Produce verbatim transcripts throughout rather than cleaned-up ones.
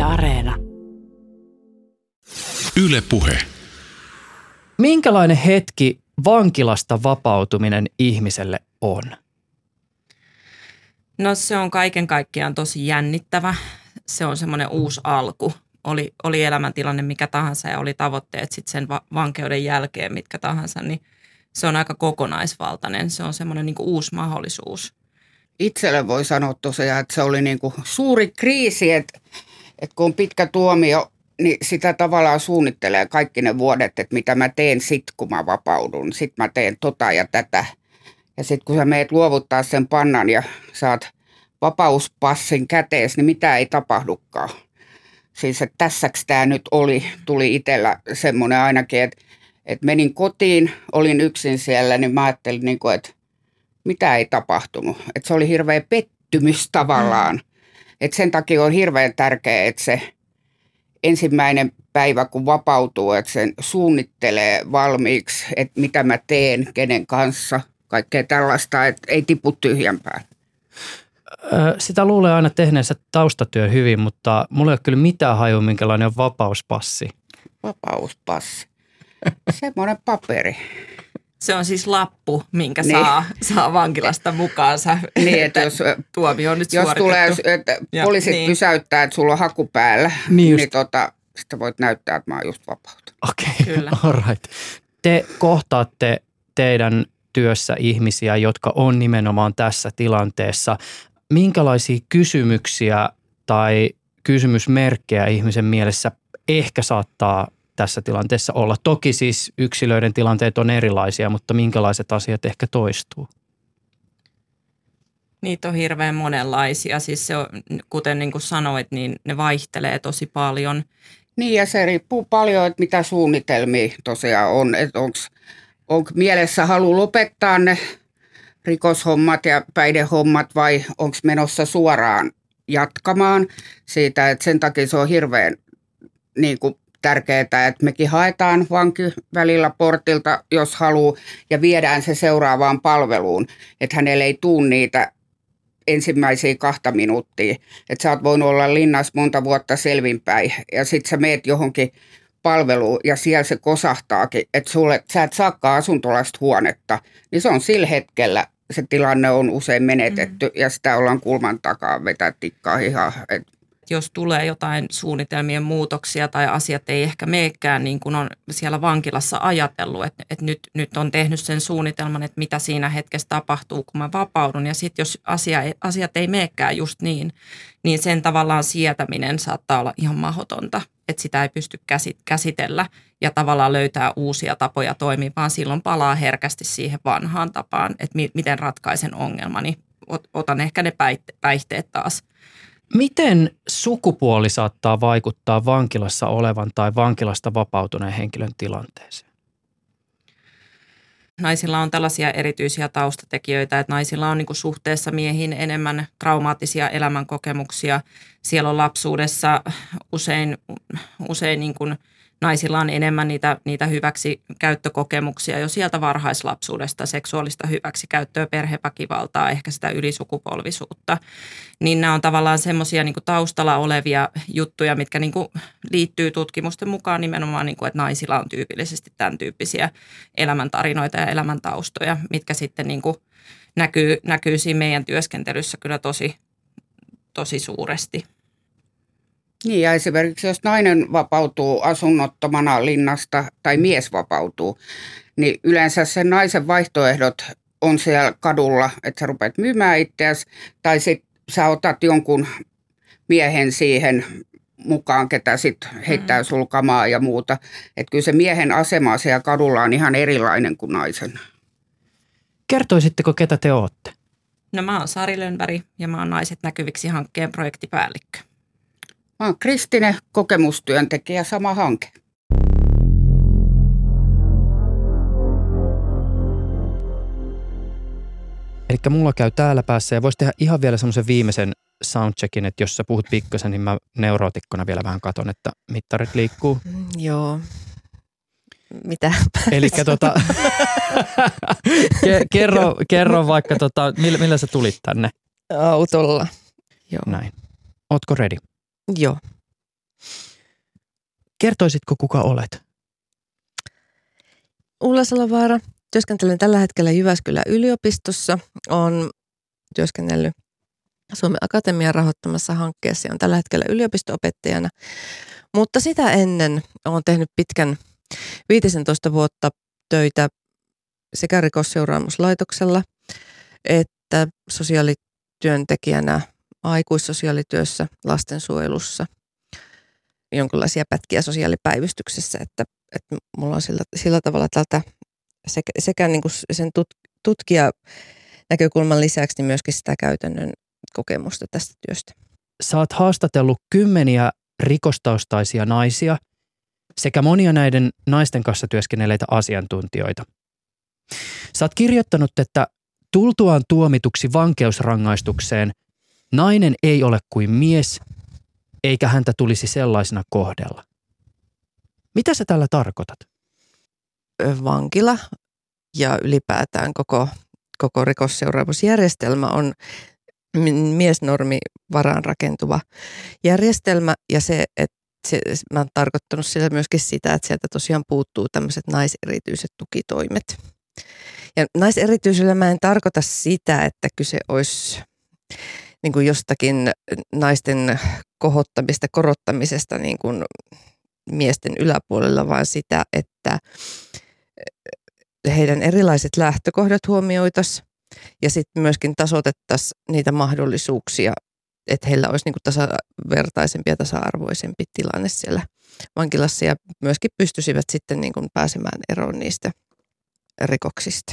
Areena. Yle Puhe. Minkälainen hetki vankilasta vapautuminen ihmiselle on? No se on kaiken kaikkiaan tosi jännittävä. Se on semmoinen uusi alku. Oli, oli elämäntilanne mikä tahansa ja oli tavoitteet sitten sen va- vankeuden jälkeen mitkä tahansa, niin se on aika kokonaisvaltainen. Se on semmoinen niin kuin uusi mahdollisuus. Itselle voi sanoa tosiaan, että se oli niin kuin suuri kriisi, että, että kun on pitkä tuomio, niin sitä tavallaan suunnittelee kaikki ne vuodet, että mitä mä teen sitten, kun mä vapaudun. Sitten mä teen tota ja tätä. Ja sitten kun sä meet luovuttaa sen pannan ja saat vapauspassin kätees, niin mitä ei tapahdukaan. Siis, että tässäks tämä nyt oli, tuli itsellä semmoinen ainakin, että, että menin kotiin, olin yksin siellä, niin mä ajattelin, niin kuin, että mitä ei tapahtunut. Että se oli hirveä pettymys tavallaan. Mm. Että sen takia on hirveän tärkeää, että se ensimmäinen päivä, kun vapautuu, että sen suunnittelee valmiiksi, että mitä mä teen, kenen kanssa, kaikkea tällaista, että ei tipu tyhjänpään. Sitä luulee aina tehneensä taustatyö hyvin, mutta mulla ei ole kyllä mitään hajua, minkälainen on vapauspassi. Vapauspassi. Semmoinen paperi. Se on siis lappu, minkä niin. saa, saa vankilasta mukaansa. Niin, että jos, tuomio on nyt jos tulee, että poliisit niin. pysäyttää, että sulla on haku päällä, niin, niin tota, sitten voit näyttää, että mä oon just vapautunut. Okei, okay, all right. Te kohtaatte teidän työssä ihmisiä, jotka on nimenomaan tässä tilanteessa. Minkälaisia kysymyksiä tai kysymysmerkkejä ihmisen mielessä ehkä saattaa tässä tilanteessa olla? Toki siis yksilöiden tilanteet on erilaisia, mutta minkälaiset asiat ehkä toistuu? Niitä on hirveän monenlaisia. Siis se on, kuten niin kuin sanoit, niin ne vaihtelee tosi paljon. Niin ja se riippuu paljon, että mitä suunnitelmia tosiaan on. Että onko onko mielessä halu lopettaa ne rikoshommat ja päihdehommat vai onko menossa suoraan jatkamaan siitä, että sen takia se on hirveän niin kuin tärkeää, että mekin haetaan vanki välillä portilta, jos haluaa, ja viedään se seuraavaan palveluun, että hänelle ei tule niitä ensimmäisiä kahta minuuttia. Että sä oot voinut olla linnassa monta vuotta selvinpäin, ja sit sä meet johonkin palveluun, ja siellä se kosahtaakin, että sulle, sä et saakaan asuntolaista huonetta, niin se on sillä hetkellä, se tilanne on usein menetetty, mm. ja sitä ollaan kulman takaa vetää tikkaa ihan. Et. Jos tulee jotain suunnitelmien muutoksia tai asiat ei ehkä meekään niin kuin on siellä vankilassa ajatellut, että, että nyt, nyt on tehnyt sen suunnitelman, että mitä siinä hetkessä tapahtuu, kun mä vapaudun. Ja sitten jos asia, asiat ei meekään just niin, niin sen tavallaan sietäminen saattaa olla ihan mahdotonta, että sitä ei pysty käsitellä ja tavallaan löytää uusia tapoja toimia, vaan silloin palaa herkästi siihen vanhaan tapaan, että mi- miten ratkaisen ongelmani. Otan ehkä ne päihteet taas. Miten sukupuoli saattaa vaikuttaa vankilassa olevan tai vankilasta vapautuneen henkilön tilanteeseen? Naisilla on tällaisia erityisiä taustatekijöitä, että naisilla on niin kuin suhteessa miehiin enemmän traumaattisia elämänkokemuksia. Siellä on lapsuudessa usein, usein niin kuin naisilla on enemmän niitä, niitä hyväksikäyttökokemuksia jo sieltä varhaislapsuudesta, seksuaalista hyväksikäyttöä, perheväkivaltaa, ehkä sitä ylisukupolvisuutta. Niin nämä on tavallaan semmoisia niin kuin taustalla olevia juttuja, mitkä niin kuin liittyy tutkimusten mukaan nimenomaan, niin kuin, että naisilla on tyypillisesti tämän tyyppisiä elämäntarinoita ja elämäntaustoja, mitkä sitten niin kuin näkyy, näkyy siinä meidän työskentelyssä kyllä tosi, tosi suuresti. Niin ja esimerkiksi jos nainen vapautuu asunnottomana linnasta tai mies vapautuu, niin yleensä sen naisen vaihtoehdot on siellä kadulla, että sä rupeat myymään itseäsi tai sitten sä otat jonkun miehen siihen mukaan, ketä sitten heittää sulkamaa ja muuta. Että kyllä se miehen asema siellä kadulla on ihan erilainen kuin naisen. Kertoisitteko, ketä te ootte? No mä oon Sari Lönnberg ja mä oon Naiset näkyviksi -hankkeen projektipäällikkö. Mä oon Kristine, kokemustyöntekijä, sama hanke. Eli mulla käy täällä päässä ja voisi tehdä ihan vielä semmoisen viimeisen soundcheckin, että jos sä puhut pikkasen, niin mä neurootikkona vielä vähän katon, että mittarit liikkuu. Joo. Mitä? Eli tota, kerro, kerro vaikka, tota, millä, millä sä tulit tänne? Autolla. Joo. Näin. Ootko ready? Joo. Kertoisitko, kuka olet? Ulla Salovaara. Työskentelen tällä hetkellä Jyväskylän yliopistossa. Olen työskennellyt Suomen Akatemian rahoittamassa hankkeessa ja olen tällä hetkellä yliopisto-opettajana. Mutta sitä ennen olen tehnyt pitkän viisitoista vuotta töitä sekä rikosseuraamuslaitoksella että sosiaalityöntekijänä aikuissosiaalityössä, lastensuojelussa, jonkinlaisia pätkiä sosiaalipäivystyksessä, että, että mulla on sillä, sillä tavalla tältä sekä, sekä niin kuin sen tut, tutkijanäkökulman lisäksi niin myöskin sitä käytännön kokemusta tästä työstä. Sä oot haastatellut kymmeniä rikostaustaisia naisia sekä monia näiden naisten kanssa työskennelleitä asiantuntijoita. Sä oot kirjoittanut, että tultuaan tuomituksi vankeusrangaistukseen nainen ei ole kuin mies, eikä häntä tulisi sellaisena kohdella. Mitä sä tällä tarkoitat? Vankila ja ylipäätään koko, koko rikosseuraamusjärjestelmä on miesnormi varaan rakentuva järjestelmä ja se, että se, mä oon tarkoittanut sillä myöskin sitä, että sieltä tosiaan puuttuu tämmöiset naiserityiset tukitoimet. Ja naiserityisellä mä en tarkoita sitä, että kyse olisi niin kuin jostakin naisten kohottamista, korottamisesta niin kuin miesten yläpuolella, vaan sitä, että heidän erilaiset lähtökohdat huomioitaisiin ja sitten myöskin tasoitettaisiin niitä mahdollisuuksia, että heillä olisi niin kuin tasavertaisempi ja tasa-arvoisempi tilanne siellä vankilassa ja myöskin pystyisivät sitten niin kuin pääsemään eroon niistä rikoksista.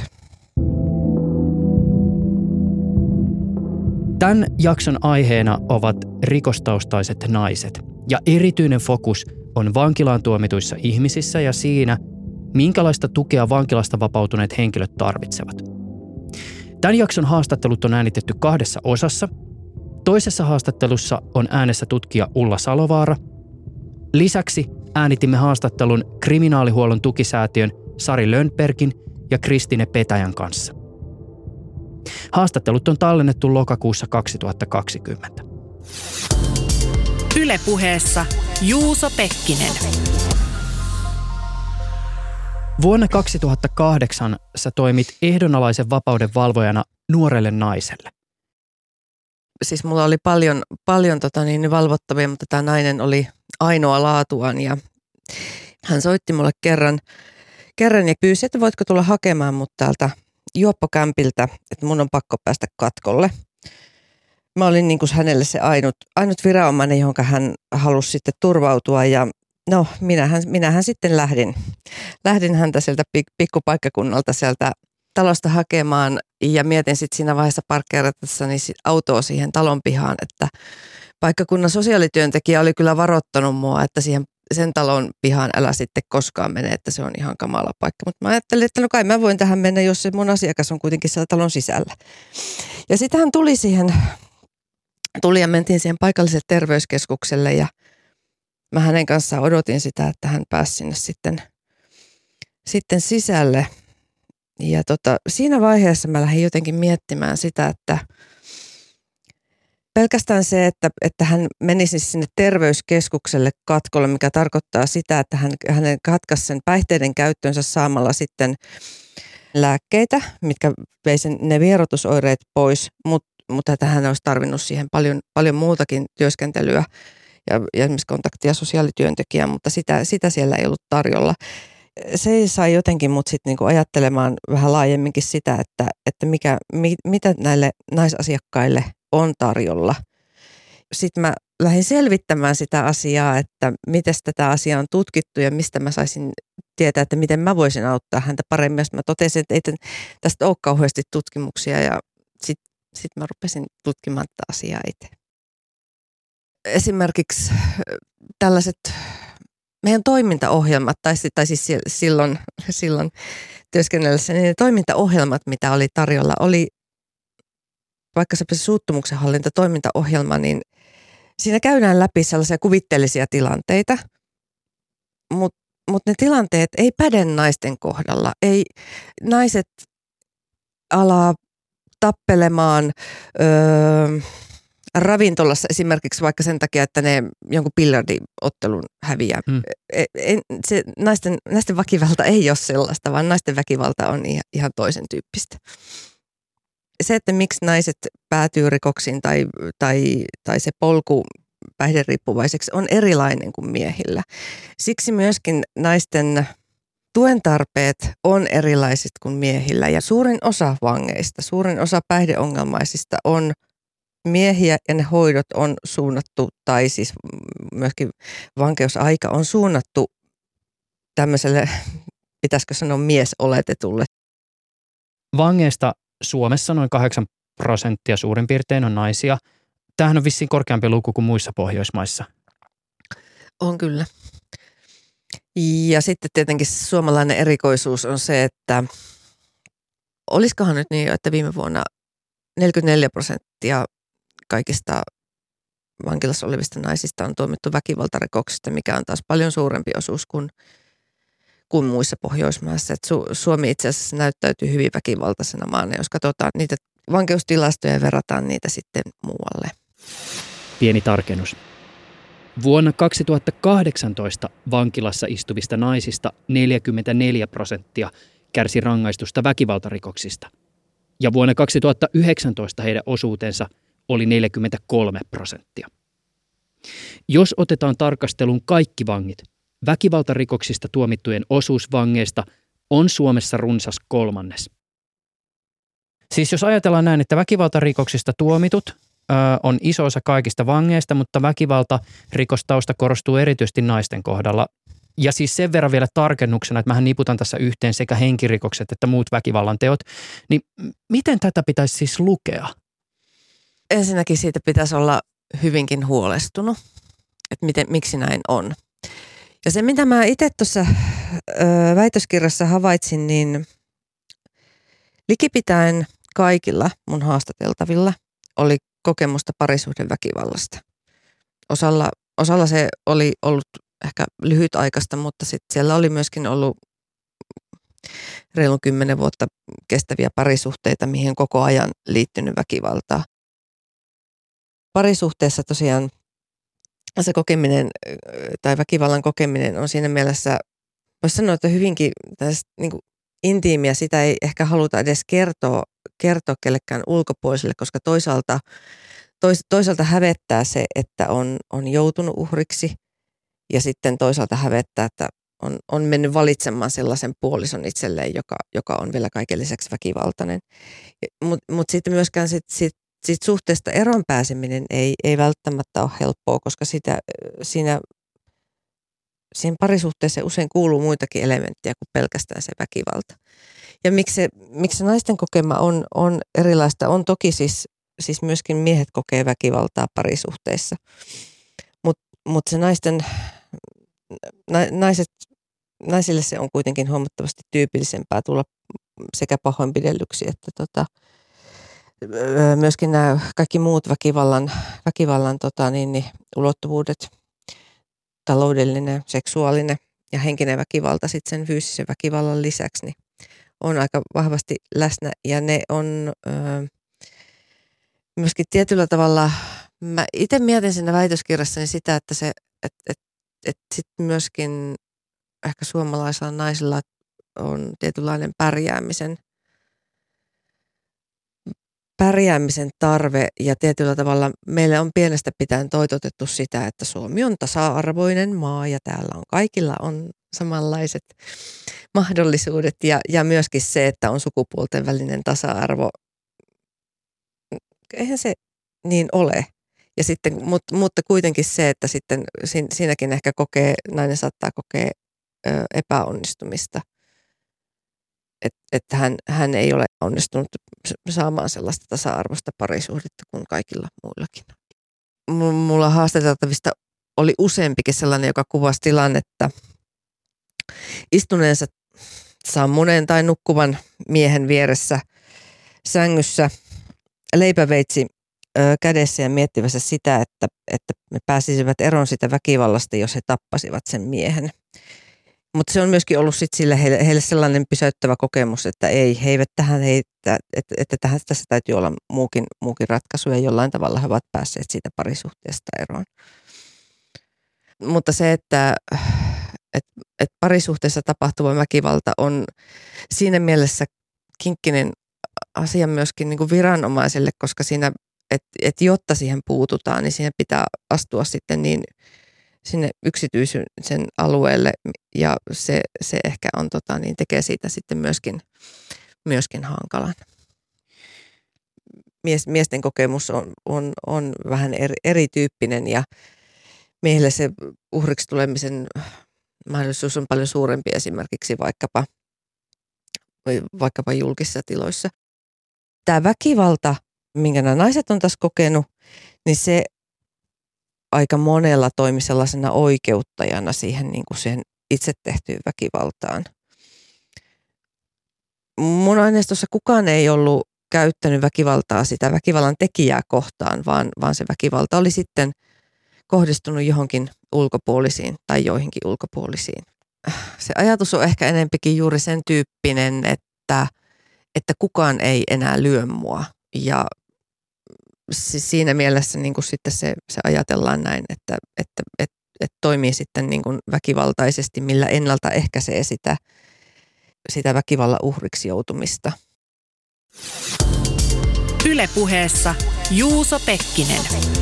Tämän jakson aiheena ovat rikostaustaiset naiset ja erityinen fokus on vankilaan tuomituissa ihmisissä ja siinä, minkälaista tukea vankilasta vapautuneet henkilöt tarvitsevat. Tämän jakson haastattelut on äänitetty kahdessa osassa. Toisessa haastattelussa on äänessä tutkija Ulla Salovaara. Lisäksi äänitimme haastattelun kriminaalihuollon tukisäätiön Sari Lönnbergin ja Kristine Petäjän kanssa. Haastattelut on tallennettu lokakuussa kaksituhattakaksikymmentä. Yle Puheessa Juuso Pekkinen. Vuonna kaksituhattakahdeksan sä toimit ehdonalaisen vapauden valvojana nuorelle naiselle. Siis mulla oli paljon, paljon tota niin, valvottavia, mutta tämä nainen oli ainoa laatuaan ja hän soitti mulle kerran, kerran ja pyysi, että voitko tulla hakemaan mut täältä juoppokämpiltä, että mun on pakko päästä katkolle. Mä olin niin kuin hänelle se ainut, ainut viranomainen, johon hän halusi sitten turvautua ja no minähän, minähän sitten lähdin. Lähdin häntä sieltä pikkupaikkakunnalta sieltä talosta hakemaan ja mietin sitten siinä vaiheessa parkkeerattaessani autoa siihen talon pihaan, että paikkakunnan sosiaalityöntekijä oli kyllä varoittanut mua, että siihen sen talon pihaan älä sitten koskaan mene, että se on ihan kamala paikka. Mutta mä ajattelin, että no kai mä voin tähän mennä, jos se mun asiakas on kuitenkin siellä talon sisällä. Ja sitten hän tuli siihen, tuli ja mentiin siihen paikalliselle terveyskeskukselle ja mä hänen kanssaan odotin sitä, että hän pääsi sinne sitten, sitten sisälle. Ja tota, siinä vaiheessa mä lähdin jotenkin miettimään sitä, että pelkästään se, että, että hän menisi sinne terveyskeskukselle katkolle, mikä tarkoittaa sitä, että hän, hänen katkaisi sen päihteiden käyttöönsä saamalla sitten lääkkeitä, mitkä vei sen, ne vierotusoireet pois, mutta, mutta että hän olisi tarvinnut siihen paljon, paljon muutakin työskentelyä ja, ja esimerkiksi kontaktia sosiaalityöntekijään, mutta sitä, sitä siellä ei ollut tarjolla. Se sai jotenkin mut sitten niinku ajattelemaan vähän laajemminkin sitä, että, että mikä, mi, mitä näille naisasiakkaille on tarjolla. Sitten mä lähdin selvittämään sitä asiaa, että miten tätä asiaa on tutkittu ja mistä mä saisin tietää, että miten mä voisin auttaa häntä paremmin. Sitten mä totesin, että ei tästä ole kauheasti tutkimuksia ja sitten sit mä rupesin tutkimaan tätä asiaa itse. Esimerkiksi tällaiset meidän toimintaohjelmat, tai, tai siis silloin, silloin työskennellessä, niin ne toimintaohjelmat, mitä oli tarjolla, oli vaikka se suuttumuksen hallinta toimintaohjelma, niin siinä käydään läpi sellaisia kuvitteellisia tilanteita, mutta mut ne tilanteet ei päde naisten kohdalla. Ei naiset alaa tappelemaan öö, ravintolassa esimerkiksi vaikka sen takia, että ne jonkun biljardiottelun häviää. Hmm. En, se, naisten, naisten väkivalta ei ole sellaista, vaan naisten väkivalta on ihan, ihan toisen tyyppistä. Se, että miksi naiset päätyy rikoksiin tai, tai, tai se polku päihderiippuvaiseksi on erilainen kuin miehillä. Siksi myöskin naisten tuen tarpeet on erilaiset kuin miehillä ja suurin osa vangeista, suurin osa päihdeongelmaisista on miehiä ja ne hoidot on suunnattu tai siis myöskin vankeusaika on suunnattu tämmöiselle, pitäisikö sanoa miesoletetulle. Vangeista Suomessa noin kahdeksan prosenttia suurin piirtein on naisia. Tämähän on vissiin korkeampi luku kuin muissa Pohjoismaissa. On kyllä. Ja sitten tietenkin suomalainen erikoisuus on se, että olisikohan nyt niin, että viime vuonna neljäkymmentäneljä prosenttia kaikista vankilassa olevista naisista on tuomittu väkivaltarikoksista, mikä on taas paljon suurempi osuus kuin, kuin muissa Pohjoismaissa. Et Su- Suomi itse asiassa näyttäytyy hyvin väkivaltaisena maana, jos katsotaan niitä vankeustilastoja ja verrataan niitä sitten muualle. Pieni tarkennus. Vuonna kaksituhattakahdeksantoista vankilassa istuvista naisista neljäkymmentäneljä prosenttia kärsi rangaistusta väkivaltarikoksista. Ja vuonna kaksituhattayhdeksäntoista heidän osuutensa oli neljäkymmentäkolme prosenttia. Jos otetaan tarkasteluun kaikki vangit, väkivaltarikoksista tuomittujen osuus vangeista on Suomessa runsas kolmannes. Siis jos ajatellaan näin, että väkivaltarikoksista tuomitut ö, on iso osa kaikista vangeista, mutta väkivaltarikostausta korostuu erityisesti naisten kohdalla. Ja siis sen verran vielä tarkennuksena, että mähän niputan tässä yhteen sekä henkirikokset että muut väkivallan teot, niin miten tätä pitäisi siis lukea? Ensinnäkin siitä pitäisi olla hyvinkin huolestunut, että miten, miksi näin on. Ja se, mitä mä itse tuossa väitöskirjassa havaitsin, niin likipitäen kaikilla mun haastateltavilla oli kokemusta parisuhdeväkivallasta. Osalla, osalla se oli ollut ehkä lyhytaikaista, mutta sitten siellä oli myöskin ollut reilun kymmenen vuotta kestäviä parisuhteita, mihin koko ajan liittynyt väkivaltaa. Parisuhteessa tosiaan se kokeminen tai väkivallan kokeminen on siinä mielessä, voisi sanoa, että hyvinkin niin kuin intiimiä, sitä ei ehkä haluta edes kertoa, kertoa kellekään ulkopuoliselle, koska toisaalta, tois, toisaalta hävettää se, että on, on joutunut uhriksi ja sitten toisaalta hävettää, että on, on mennyt valitsemaan sellaisen puolison itselleen, joka, joka on vielä kaiken lisäksi väkivaltainen. Mutta mut sitten myöskään sit, sit, sit suhteesta eron pääseminen ei, ei välttämättä ole helppoa, koska sitä, siinä, siihen parisuhteeseen usein kuuluu muitakin elementtejä kuin pelkästään se väkivalta. Ja miksi se, miksi se naisten kokema on, on erilaista, on toki siis, siis myöskin miehet kokee väkivaltaa parisuhteissa, mutta mut se naisten, na, naiset, naisille se on kuitenkin huomattavasti tyypillisempää tulla sekä pahoinpidellyksi että tota, myöskin nämä kaikki muut väkivallan, väkivallan tota, niin, niin, ulottuvuudet, taloudellinen, seksuaalinen ja henkinen väkivalta sitten sen fyysisen väkivallan lisäksi niin on aika vahvasti läsnä ja ne on ö, myöskin tietyllä tavalla, mä itse mietin siinä väitöskirjassani sitä, että se, et, et, et sitten myöskin ehkä suomalaisilla naisilla on tietynlainen pärjäämisen pärjäämisen tarve ja tietyllä tavalla meille on pienestä pitäen toitotettu sitä, että Suomi on tasa-arvoinen maa ja täällä on kaikilla on samanlaiset mahdollisuudet ja, ja myöskin se, että on sukupuolten välinen tasa-arvo. Eihän se niin ole. Ja sitten, mutta, mutta kuitenkin se, että sitten siinäkin ehkä kokee, nainen saattaa kokea ö, epäonnistumista. Että et hän, hän ei ole onnistunut saamaan sellaista tasa-arvoista parisuhdetta kuin kaikilla muillakin. Mulla haastateltavista oli useampikin sellainen, joka kuvasi tilannetta istuneensa sammuneen tai nukkuvan miehen vieressä sängyssä leipäveitsi ö, kädessä ja miettivässä sitä, että, että me pääsisivät eroon sitä väkivallasta, jos he tappasivat sen miehen. Mutta se on myöskin ollut sit sille heille, heille sellainen pysäyttävä kokemus, että ei, he eivät tähän, heitä, että, että tähän, tässä täytyy olla muukin, muukin ratkaisu ja jollain tavalla he ovat päässeet siitä parisuhteesta eroon. Mutta se, että, että, että parisuhteessa tapahtuva väkivalta on siinä mielessä kinkkinen asia myöskin niin kuin viranomaiselle, koska siinä, että, että jotta siihen puututaan, niin siihen pitää astua sitten niin sinne yksityisen alueelle ja se, se ehkä on, tota, niin tekee siitä sitten myöskin, myöskin hankalan. Mies, miesten kokemus on, on, on vähän eri, erityyppinen ja meillä se uhriksi tulemisen mahdollisuus on paljon suurempi esimerkiksi vaikkapa, vaikkapa julkisissa tiloissa. Tämä väkivalta, minkä nämä naiset on tässä kokenut, niin se aika monella toimi sellaisena oikeuttajana siihen, niin kuin siihen itse tehtyyn väkivaltaan. Mun aineistossa kukaan ei ollut käyttänyt väkivaltaa sitä väkivallan tekijää kohtaan, vaan, vaan se väkivalta oli sitten kohdistunut johonkin ulkopuolisiin tai joihinkin ulkopuolisiin. Se ajatus on ehkä enempikin juuri sen tyyppinen, että, että kukaan ei enää lyö mua. Ja siinä mielessä niin kuin sitten se, se ajatellaan näin, että, että, että, että toimii sitten niin kuin väkivaltaisesti, millä ennaltaehkäisee sitä, sitä väkivallan uhriksi joutumista. Yle Puheessa Juuso Pekkinen.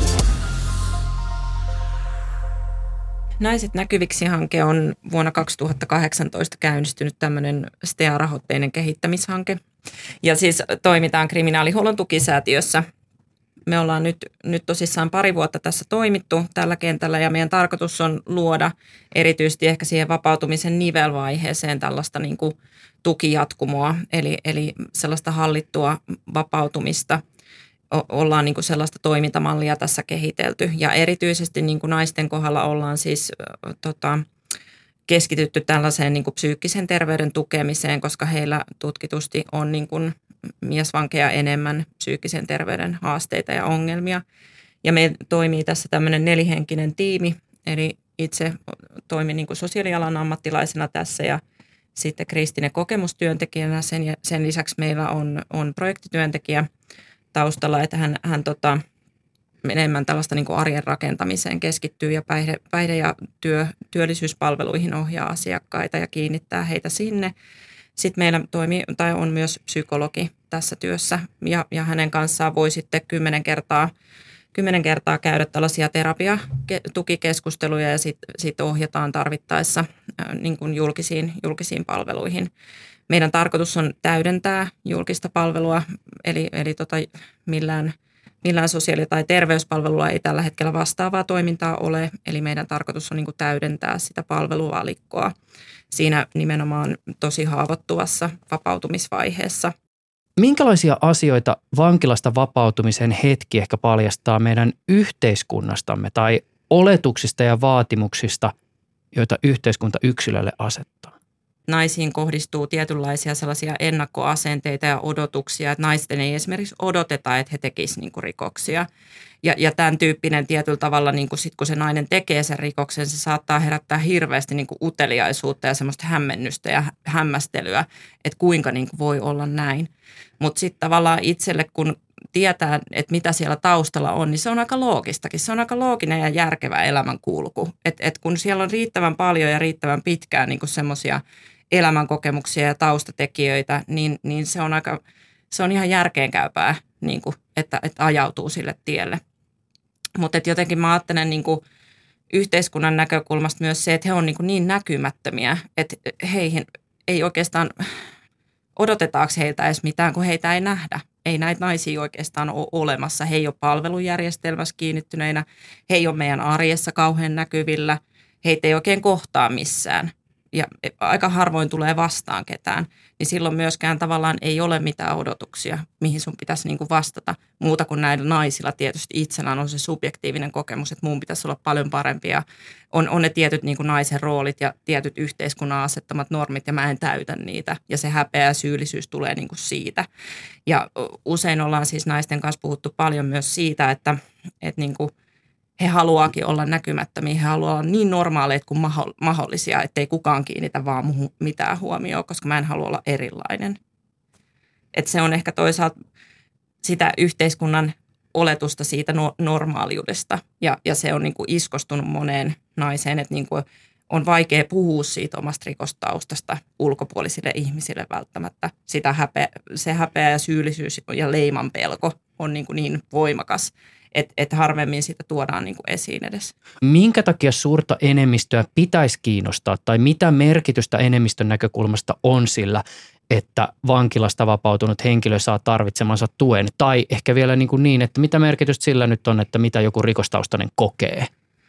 Naiset näkyviksi-hanke on vuonna kaksituhattakahdeksantoista käynnistynyt tämmöinen S T A-rahoitteinen kehittämishanke. Ja siis toimitaan kriminaalihuollon tukisäätiössä. Me ollaan nyt, nyt tosissaan pari vuotta tässä toimittu tällä kentällä ja meidän tarkoitus on luoda erityisesti ehkä siihen vapautumisen nivelvaiheeseen tällaista niin kuin tukijatkumoa, eli, eli sellaista hallittua vapautumista. O- ollaan niin kuin sellaista toimintamallia tässä kehitelty ja erityisesti niin kuin naisten kohdalla ollaan siis äh, tota, keskitytty tällaiseen niin kuin psyykkisen terveyden tukemiseen, koska heillä tutkitusti on niin kuin miesvankeja enemmän psyykkisen terveyden haasteita ja ongelmia. Ja meillä toimii tässä tämmöinen nelihenkinen tiimi, eli itse toimin niin kuin sosiaalialan ammattilaisena tässä ja sitten Kristine kokemustyöntekijänä. Sen, sen lisäksi meillä on, on projektityöntekijä taustalla, että hän, hän tota, enemmän tällaista niin kuin arjen rakentamiseen keskittyy ja päihde, päihde- ja työ, työllisyyspalveluihin ohjaa asiakkaita ja kiinnittää heitä sinne. Sitten meillä toimii, tai on myös psykologi tässä työssä ja, ja hänen kanssaan voi sitten kymmenen kertaa, kymmenen kertaa käydä tällaisia terapiatukikeskusteluja ja sitten sit ohjataan tarvittaessa äh, niin kuin julkisiin, julkisiin palveluihin. Meidän tarkoitus on täydentää julkista palvelua, eli, eli tota, millään, millään sosiaali- tai terveyspalvelulla ei tällä hetkellä vastaavaa toimintaa ole, eli meidän tarkoitus on niin kuin täydentää sitä palveluvalikkoa siinä nimenomaan tosi haavoittuvassa vapautumisvaiheessa. Minkälaisia asioita vankilasta vapautumisen hetki ehkä paljastaa meidän yhteiskunnastamme tai oletuksista ja vaatimuksista, joita yhteiskunta yksilölle asettaa? Naisiin kohdistuu tietynlaisia sellaisia ennakkoasenteita ja odotuksia, että naisten ei esimerkiksi odoteta, että he tekisivät niin kuin rikoksia. Ja, ja tämän tyyppinen tietyllä tavalla, niin kuin sit kun se nainen tekee sen rikoksen, se saattaa herättää hirveästi niin kuin uteliaisuutta ja semmoista hämmennystä ja hämmästelyä, että kuinka niin kuin voi olla näin. Mutta sitten tavallaan itselle, kun tietää, että mitä siellä taustalla on, niin se on aika loogistakin. Se on aika looginen ja järkevä elämänkulku. Että et kun siellä on riittävän paljon ja riittävän pitkään niin kuin semmoisia elämänkokemuksia ja taustatekijöitä, niin, niin se on aika, se on ihan järkeenkäypää, niin kuin, että, että ajautuu sille tielle. Mutta jotenkin mä ajattelen niin kuin yhteiskunnan näkökulmasta myös se, että he on niin, kuin niin näkymättömiä, että heihin ei oikeastaan, odotetaanko heiltä edes mitään, kun heitä ei nähdä. Ei näitä naisia oikeastaan ole olemassa. He ei ole palvelujärjestelmässä kiinnittyneinä, he ei ole meidän arjessa kauhean näkyvillä, heitä ei oikein kohtaa missään. Ja aika harvoin tulee vastaan ketään, niin silloin myöskään tavallaan ei ole mitään odotuksia, mihin sun pitäisi niin kuin vastata. Muuta kuin näillä naisilla tietysti itsellään on se subjektiivinen kokemus, että mun pitäisi olla paljon parempi ja on, on ne tietyt niin kuin naisen roolit ja tietyt yhteiskunnan asettamat normit ja mä en täytä niitä. Ja se häpeä ja syyllisyys tulee niin kuin siitä. Ja usein ollaan siis naisten kanssa puhuttu paljon myös siitä, että, että niin kuin he haluaakin olla näkymättömiä, he haluaa olla niin normaaleita kuin mahdollisia, ettei kukaan kiinnitä vaan muuhun mitään huomioon, koska mä en halua olla erilainen. Et se on ehkä toisaalta sitä yhteiskunnan oletusta siitä no- normaaliudesta ja, ja se on niin kuin iskostunut moneen naiseen, että niin kuin on vaikea puhua siitä omasta rikostaustasta ulkopuolisille ihmisille välttämättä. Sitä häpeä, se häpeä ja syyllisyys ja leiman pelko on niin, kuin niin voimakas, että et harvemmin sitä tuodaan niin kuin esiin edes. Minkä takia suurta enemmistöä pitäisi kiinnostaa tai mitä merkitystä enemmistön näkökulmasta on sillä, että vankilasta vapautunut henkilö saa tarvitsemansa tuen? Tai ehkä vielä niin, kuin niin että mitä merkitystä sillä nyt on, että mitä joku rikostaustainen kokee?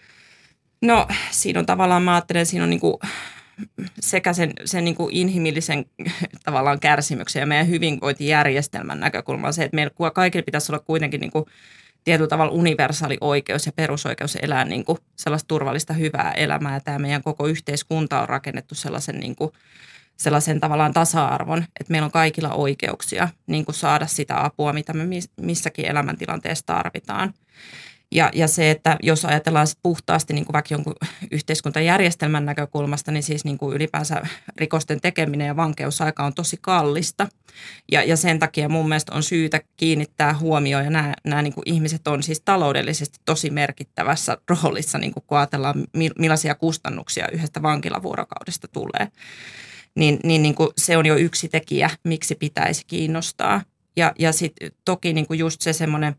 No siinä on tavallaan, mä ajattelen, siinä on niin kuin sekä sen, sen niin kuin inhimillisen tavallaan kärsimyksen ja meidän hyvinvointijärjestelmän näkökulma se, että meillä kaikilla pitäisi olla kuitenkin niin kuin tietyllä tavalla universaali oikeus ja perusoikeus elää niin kuin sellaista turvallista hyvää elämää. Ja tämä meidän koko yhteiskunta on rakennettu sellaisen, niin kuin, sellaisen tavallaan tasa-arvon, että meillä on kaikilla oikeuksia niin kuin saada sitä apua, mitä me missäkin elämäntilanteessa tarvitaan. Ja, ja se, että jos ajatellaan sit puhtaasti niin kuin vaikka jonkun yhteiskuntajärjestelmän näkökulmasta, niin siis niin kuin ylipäänsä rikosten tekeminen ja vankeusaika on tosi kallista. Ja, ja sen takia mun mielestä on syytä kiinnittää huomioon, ja nämä, nämä niin kuin ihmiset on siis taloudellisesti tosi merkittävässä roolissa, niin kuin kun ajatellaan millaisia kustannuksia yhdestä vankilavuorokaudesta tulee. Niin, niin, niin kuin se on jo yksi tekijä, miksi pitäisi kiinnostaa. Ja, ja sitten toki niin kuin just se semmoinen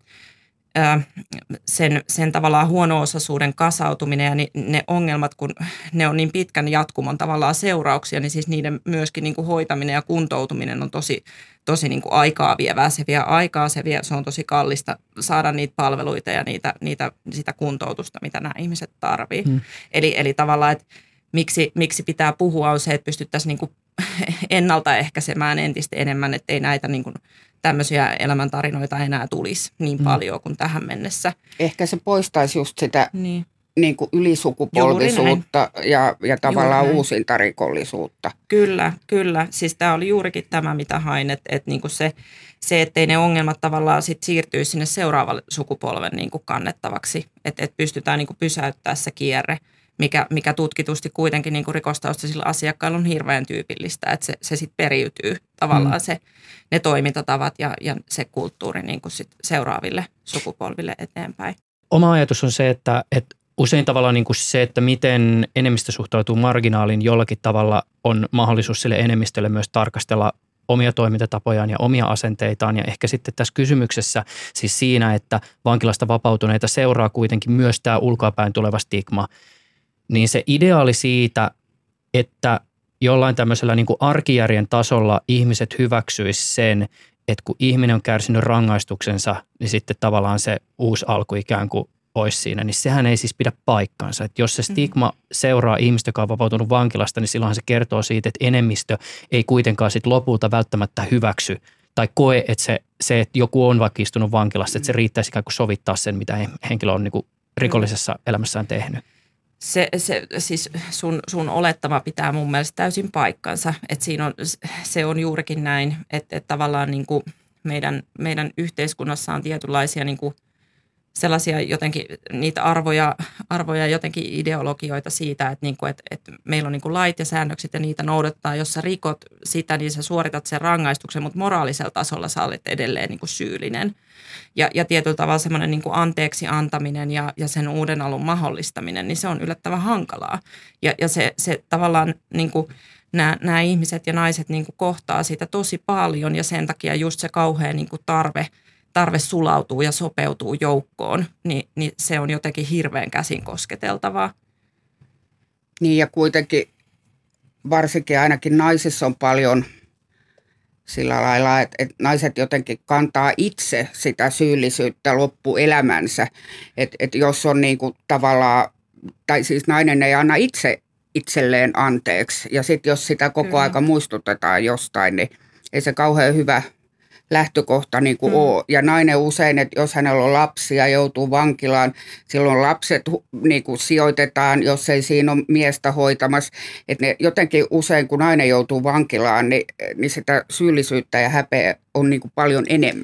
Sen, sen tavallaan huono-osaisuuden kasautuminen ja ni, ne ongelmat, kun ne on niin pitkän jatkumon tavallaan seurauksia, niin siis niiden myöskin niin kuin hoitaminen ja kuntoutuminen on tosi, tosi niin kuin aikaa vievää. Se vie aikaa, se, vie, se on tosi kallista saada niitä palveluita ja niitä, niitä, sitä kuntoutusta, mitä nämä ihmiset tarvii. Hmm. Eli, eli tavallaan, että miksi, miksi pitää puhua on se, että pystyttäisiin niin kuin ennaltaehkäisemään entistä enemmän, ettei näitä niin kuin tämmöisiä elämäntarinoita enää tulisi niin paljon kuin tähän mennessä. Ehkä se poistaisi just sitä niin. Niin kuin ylisukupolvisuutta ja, ja tavallaan uusinta rikollisuutta. Kyllä, kyllä. Siis tämä oli juurikin tämä, mitä hain, että, että niin kuin se, se, ettei ne ongelmat tavallaan sit siirtyisi sinne seuraavalle sukupolven niin kuin kannettavaksi, että, että pystytään niin kuin pysäyttämään se kierre. Mikä, mikä tutkitusti kuitenkin niin kuin rikostaustaisilla asiakkailla on hirveän tyypillistä, että se, se sitten periytyy tavallaan mm. se, ne toimintatavat ja, ja se kulttuuri niin kuin sit seuraaville sukupolville eteenpäin. Oma ajatus on se, että, että usein tavallaan niin kuin se, että miten enemmistö suhtautuu marginaaliin, jollakin tavalla on mahdollisuus sille enemmistölle myös tarkastella omia toimintatapojaan ja omia asenteitaan. Ja ehkä sitten tässä kysymyksessä siis siinä, että vankilasta vapautuneita seuraa kuitenkin myös tämä ulkoapäin tuleva stigma, niin se ideaali siitä, että jollain tämmöisellä niin kuin arkijärjen tasolla ihmiset hyväksyisi sen, että kun ihminen on kärsinyt rangaistuksensa, niin sitten tavallaan se uusi alku ikään kuin olisi siinä, niin sehän ei siis pidä paikkaansa. Että jos se stigma seuraa ihmistä, joka on vapautunut vankilasta, niin silloinhan se kertoo siitä, että enemmistö ei kuitenkaan sit lopulta välttämättä hyväksy tai koe, että se, se että joku on vaikka istunut vankilassa, että se riittäisi ikään kuin sovittaa sen, mitä henkilö on niin kuin rikollisessa elämässään tehnyt. Se, se, siis sun, sun olettama pitää mun mielestä täysin paikkansa, että siinä on, se on juurikin näin, että, että tavallaan niin kuin meidän, meidän yhteiskunnassa on tietynlaisia niin kuin sellaisia jotenkin niitä arvoja, arvoja jotenkin ideologioita siitä, että, niin kuin, että, että meillä on niin kuin lait ja säännökset ja niitä noudattaa. Jos sä rikot sitä, niin sä suoritat sen rangaistuksen, mutta moraalisella tasolla sä olet edelleen niin kuin syyllinen. Ja, ja tietyllä tavalla semmoinen niin kuin anteeksi antaminen ja, ja sen uuden alun mahdollistaminen, niin se on yllättävän hankalaa. Ja, ja se, se tavallaan niin kuin nämä, nämä ihmiset ja naiset niin kuin kohtaa sitä tosi paljon ja sen takia just se kauhea niin kuin tarve, tarve sulautuu ja sopeutuu joukkoon, niin, niin se on jotenkin hirveän käsin kosketeltavaa. Niin ja kuitenkin varsinkin ainakin naisissa on paljon sillä lailla, että, että naiset jotenkin kantaa itse sitä syyllisyyttä loppuelämänsä. Että, että jos on niin kuin tavallaan, tai siis nainen ei anna itse itselleen anteeksi ja sitten jos sitä koko Kyllä. aika muistutetaan jostain, niin ei se kauhean hyvä lähtökohta niin kuin mm. ole. Ja nainen usein, että jos hänellä on lapsia, joutuu vankilaan, silloin lapset niin kuin sijoitetaan, jos ei siinä ole miestä hoitamassa. Että ne jotenkin usein, kun nainen joutuu vankilaan, niin, niin sitä syyllisyyttä ja häpeä on niin kuin paljon enemmän.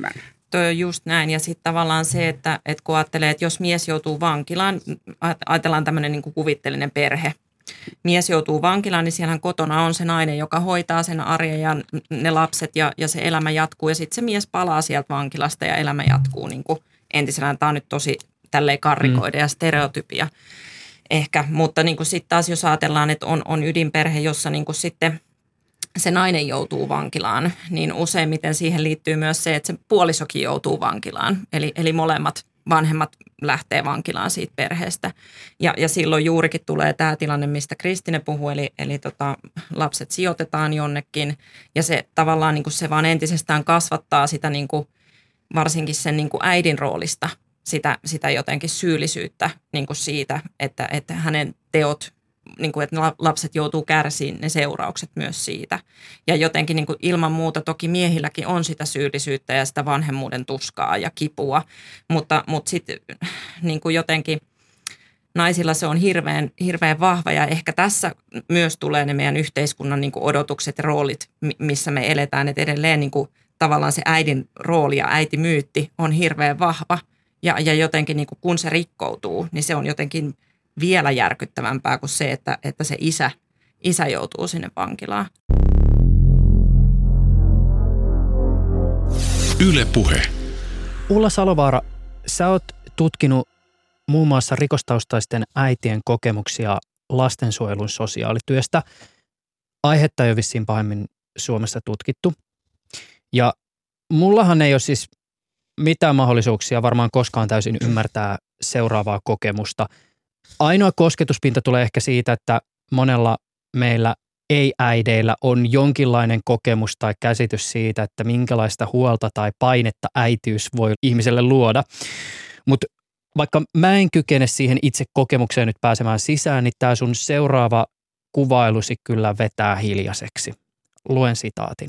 toi on just näin. Ja sitten tavallaan se, että, että kun ajattelee, että jos mies joutuu vankilaan, ajatellaan tämmöinen niin kuin kuvitteellinen perhe. Mies joutuu vankilaan, niin siellähän kotona on se nainen, joka hoitaa sen arjen ja ne lapset ja, ja se elämä jatkuu. Ja sitten se mies palaa sieltä vankilasta ja elämä jatkuu niin kuin entisellään. Tämä on nyt tosi tälleen karrikoida mm. ja stereotypia ehkä. Mutta niin kuin sitten taas jos ajatellaan, että on, on ydinperhe, jossa niin kuin sitten se nainen joutuu vankilaan, niin useimmiten siihen liittyy myös se, että se puolisokin joutuu vankilaan. Eli, eli molemmat vanhemmat lähtee vankilaan siitä perheestä. Ja, ja silloin juurikin tulee tämä tilanne, mistä Kristine puhuu, eli, eli tota, lapset sijoitetaan jonnekin. Ja se tavallaan niin kuin se vaan entisestään kasvattaa sitä niin kuin, varsinkin sen niin kuin äidin roolista, sitä, sitä jotenkin syyllisyyttä niin kuin siitä, että, että hänen teot, niin kuin, että lapset joutuu kärsiin ne seuraukset myös siitä. Ja jotenkin niin kuin ilman muuta toki miehilläkin on sitä syyllisyyttä ja sitä vanhemmuuden tuskaa ja kipua, mutta, mutta sitten niin kuin jotenkin naisilla se on hirveän, hirveän vahva ja ehkä tässä myös tulee ne meidän yhteiskunnan niin kuin odotukset ja roolit, missä me eletään, että edelleen niin kuin tavallaan se äidin rooli ja äitimyytti on hirveän vahva ja, ja jotenkin niin kuin kun se rikkoutuu, niin se on jotenkin vielä järkyttävämpää kuin se, että, että se isä, isä joutuu sinne vankilaan. Yle Puhe. Ulla Salovaara, sä oot tutkinut muun muassa rikostaustaisten äitien kokemuksia lastensuojelun sosiaalityöstä. Aihetta ei ole vissiin pahemmin Suomessa tutkittu. Ja mullahan ei ole siis mitään mahdollisuuksia varmaan koskaan täysin ymmärtää seuraavaa kokemusta. Ainoa kosketuspinta tulee ehkä siitä, että monella meillä ei-äideillä on jonkinlainen kokemus tai käsitys siitä, että minkälaista huolta tai painetta äitiys voi ihmiselle luoda. Mutta vaikka mä en kykene siihen itse kokemukseen nyt pääsemään sisään, niin tämä sun seuraava kuvailusi kyllä vetää hiljaiseksi. Luen sitaatin.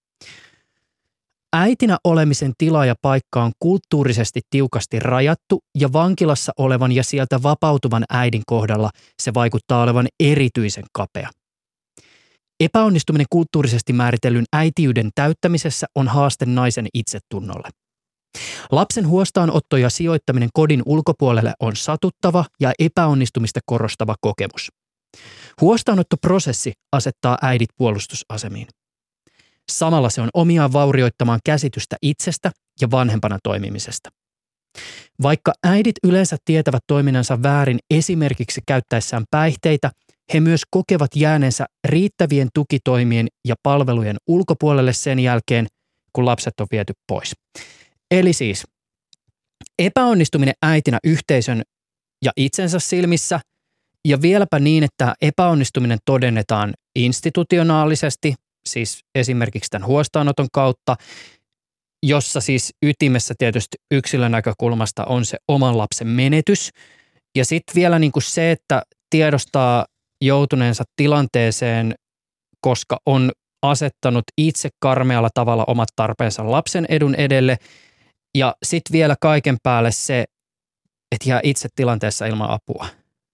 Äitinä olemisen tila ja paikka on kulttuurisesti tiukasti rajattu ja vankilassa olevan ja sieltä vapautuvan äidin kohdalla se vaikuttaa olevan erityisen kapea. Epäonnistuminen kulttuurisesti määritellyn äitiyden täyttämisessä on haaste naisen itsetunnolle. Lapsen huostaanotto ja sijoittaminen kodin ulkopuolelle on satuttava ja epäonnistumista korostava kokemus. Huostaanottoprosessi asettaa äidit puolustusasemiin. Samalla se on omiaan vaurioittamaan käsitystä itsestä ja vanhempana toimimisesta. Vaikka äidit yleensä tietävät toiminnansa väärin esimerkiksi käyttäessään päihteitä, he myös kokevat jääneensä riittävien tukitoimien ja palvelujen ulkopuolelle sen jälkeen, kun lapset on viety pois. Eli siis epäonnistuminen äitinä yhteisön ja itsensä silmissä ja vieläpä niin, että epäonnistuminen todennetaan institutionaalisesti, siis esimerkiksi tämän huostaanoton kautta, jossa siis ytimessä tietysti yksilön näkökulmasta on se oman lapsen menetys. Ja sitten vielä niin kuin se, että tiedostaa joutuneensa tilanteeseen, koska on asettanut itse karmealla tavalla omat tarpeensa lapsen edun edelle. Ja sitten vielä kaiken päälle se, että jää itse tilanteessa ilman apua.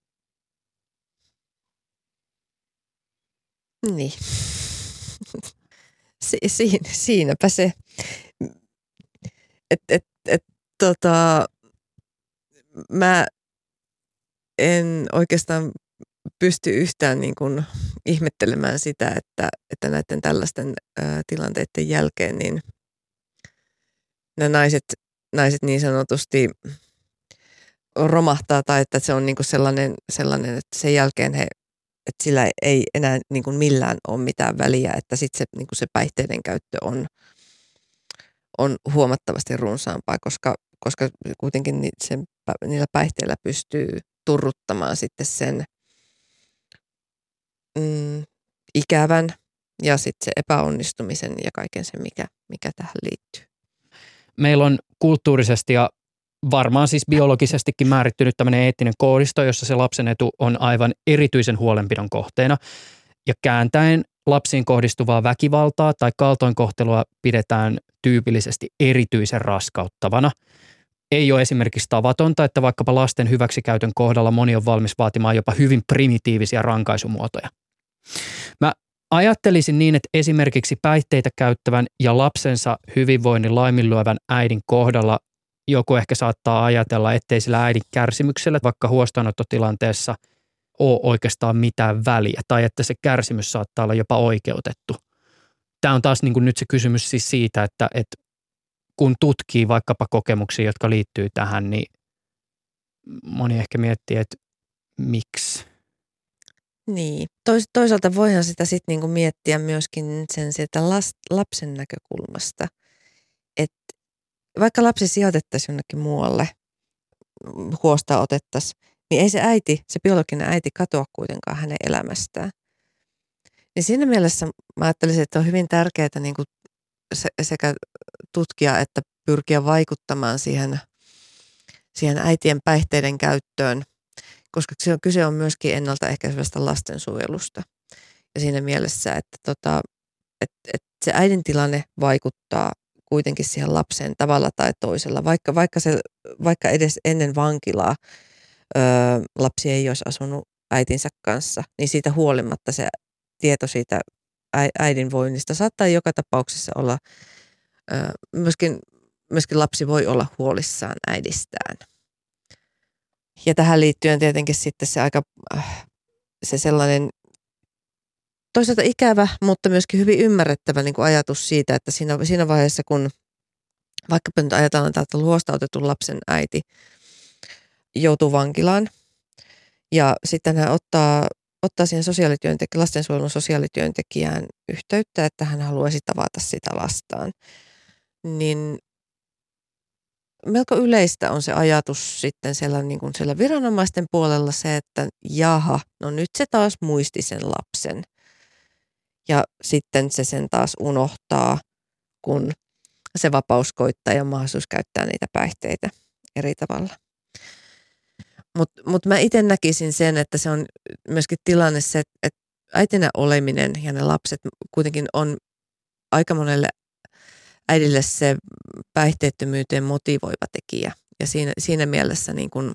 Niin. Si- siinä, siinäpä se, että et, et, tota, mä en oikeastaan pysty yhtään niin kuin ihmettelemään sitä, että, että näiden tällaisten ä, tilanteiden jälkeen niin nämä naiset, naiset niin sanotusti romahtaa tai että se on niin kuin sellainen, sellainen, että sen jälkeen he että sillä ei enää niin kuin millään ole mitään väliä, että sitten se, niin kuin se päihteiden käyttö on, on huomattavasti runsaampaa, koska, koska kuitenkin sen, niillä päihteillä pystyy turruttamaan sitten sen mm, ikävän ja sitten se epäonnistumisen ja kaiken sen, mikä, mikä tähän liittyy. Meillä on kulttuurisesti ja varmaan siis biologisestikin määrittynyt tämmöinen eettinen koodisto, jossa se lapsen etu on aivan erityisen huolenpidon kohteena. Ja kääntäen lapsiin kohdistuvaa väkivaltaa tai kaltoinkohtelua pidetään tyypillisesti erityisen raskauttavana. Ei ole esimerkiksi tavatonta, että vaikkapa lasten hyväksikäytön kohdalla moni on valmis vaatimaan jopa hyvin primitiivisiä rankaisumuotoja. Mä ajattelisin niin, että esimerkiksi päihteitä käyttävän ja lapsensa hyvinvoinnin laiminlyövän äidin kohdalla joku ehkä saattaa ajatella, ettei sillä äidin kärsimyksellä vaikka huostaanottotilanteessa ole oikeastaan mitään väliä tai että se kärsimys saattaa olla jopa oikeutettu. Tämä on taas niin kuin nyt se kysymys siis siitä, että, että kun tutkii vaikkapa kokemuksia, jotka liittyy tähän, niin moni ehkä miettii, että miksi. Niin. Tois, toisaalta voihan sitä sitten niinku miettiä myöskin sen sieltä las, lapsen näkökulmasta, että vaikka lapsi sijoitettaisiin jonnekin muualle, huostaa otettaisiin, niin ei se äiti, se biologinen äiti katoa kuitenkaan hänen elämästään. Niin siinä mielessä mä ajattelisin, että on hyvin tärkeää niin kuin se, sekä tutkia että pyrkiä vaikuttamaan siihen, siihen äitien päihteiden käyttöön, koska se on, kyse on myöskin ennaltaehkäisevästä lastensuojelusta. Ja siinä mielessä, että, tota, että, että se äidin tilanne vaikuttaa kuitenkin siihen lapseen tavalla tai toisella, vaikka, vaikka, se, vaikka edes ennen vankilaa ö, lapsi ei olisi asunut äitinsä kanssa, niin siitä huolimatta se tieto siitä äidin voinnista saattaa joka tapauksessa olla, ö, myöskin, myöskin lapsi voi olla huolissaan äidistään. Ja tähän liittyen tietenkin sitten se aika, se sellainen toisaalta ikävä, mutta myöskin hyvin ymmärrettävä niin kuin ajatus siitä, että siinä, siinä vaiheessa, kun vaikkapa nyt ajatellaan, että huostautetun lapsen äiti joutuu vankilaan ja sitten hän ottaa, ottaa siihen sosiaalityöntek- lastensuojelun sosiaalityöntekijään yhteyttä, että hän haluaisi tavata sitä lastaan, niin melko yleistä on se ajatus sitten siellä, niin kuin siellä viranomaisten puolella se, että jaha, no nyt se taas muisti sen lapsen. Ja sitten se sen taas unohtaa, kun se vapaus koittaa ja mahdollisuus käyttää niitä päihteitä eri tavalla. Mutta mut mä itse näkisin sen, että se on myöskin tilanne se, että äitinä oleminen ja ne lapset kuitenkin on aika monelle äidille se päihteettömyyteen motivoiva tekijä. Ja siinä, siinä mielessä niin kun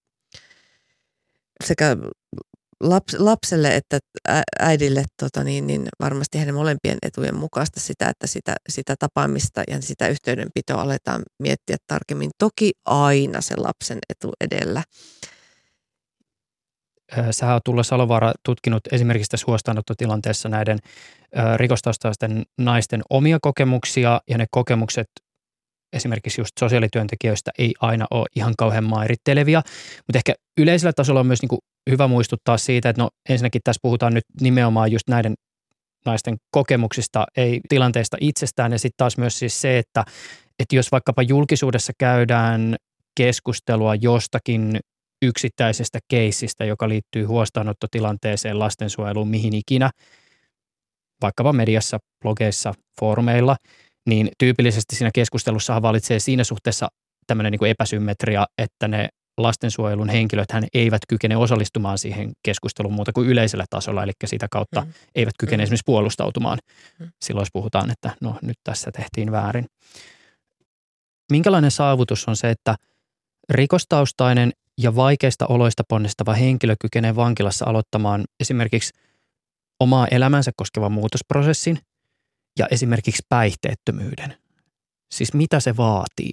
sekä laps, lapselle että äidille tota niin, niin varmasti heidän molempien etujen mukaista sitä, että sitä, sitä tapaamista ja sitä yhteydenpitoa aletaan miettiä tarkemmin. Toki aina se lapsen etu edellä. Sähän olet Tuula Salovaara tutkinut esimerkiksi tässä huostaanottotilanteessa näiden rikostaustaisten naisten omia kokemuksia ja ne kokemukset esimerkiksi just sosiaalityöntekijöistä ei aina ole ihan kauhean mairittelevia, mutta ehkä yleisellä tasolla on myös niin kuin hyvä muistuttaa siitä, että no ensinnäkin tässä puhutaan nyt nimenomaan just näiden naisten kokemuksista, ei tilanteesta itsestään ja sitten taas myös siis se, että, että jos vaikkapa julkisuudessa käydään keskustelua jostakin yksittäisestä keissistä, joka liittyy huostaanottotilanteeseen, lastensuojeluun, mihin ikinä, vaikkapa mediassa, blogeissa, foorumeilla, niin tyypillisesti siinä keskustelussa valitsee siinä suhteessa tämmöinen niin kuin epäsymmetria, että ne lastensuojelun henkilöt hän eivät kykene osallistumaan siihen keskusteluun muuta kuin yleisellä tasolla, eli sitä kautta mm. eivät kykene mm. esimerkiksi puolustautumaan. Mm. Silloin jos puhutaan, että no nyt tässä tehtiin väärin. Minkälainen saavutus on se, että rikostaustainen ja vaikeista oloista ponnistava henkilö kykenee vankilassa aloittamaan esimerkiksi omaa elämänsä koskevan muutosprosessin ja esimerkiksi päihteettömyyden? Siis mitä se vaatii?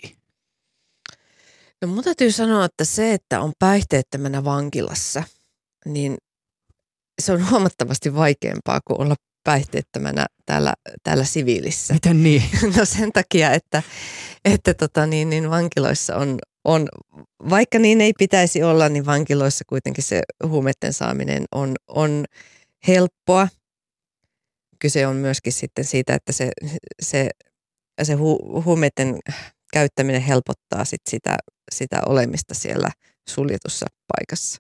No mun täytyy sanoa, että se, että on päihteettömänä vankilassa, niin se on huomattavasti vaikeampaa kuin olla päihteettömänä täällä, täällä siviilissä. Miten niin? No sen takia, että, että tota niin, niin vankiloissa on, on, vaikka niin ei pitäisi olla, niin vankiloissa kuitenkin se huumeiden saaminen on, on helppoa. Kyse on myöskin sitten siitä, että se, se, se hu, huumeiden käyttäminen helpottaa sit sitä, sitä olemista siellä suljetussa paikassa.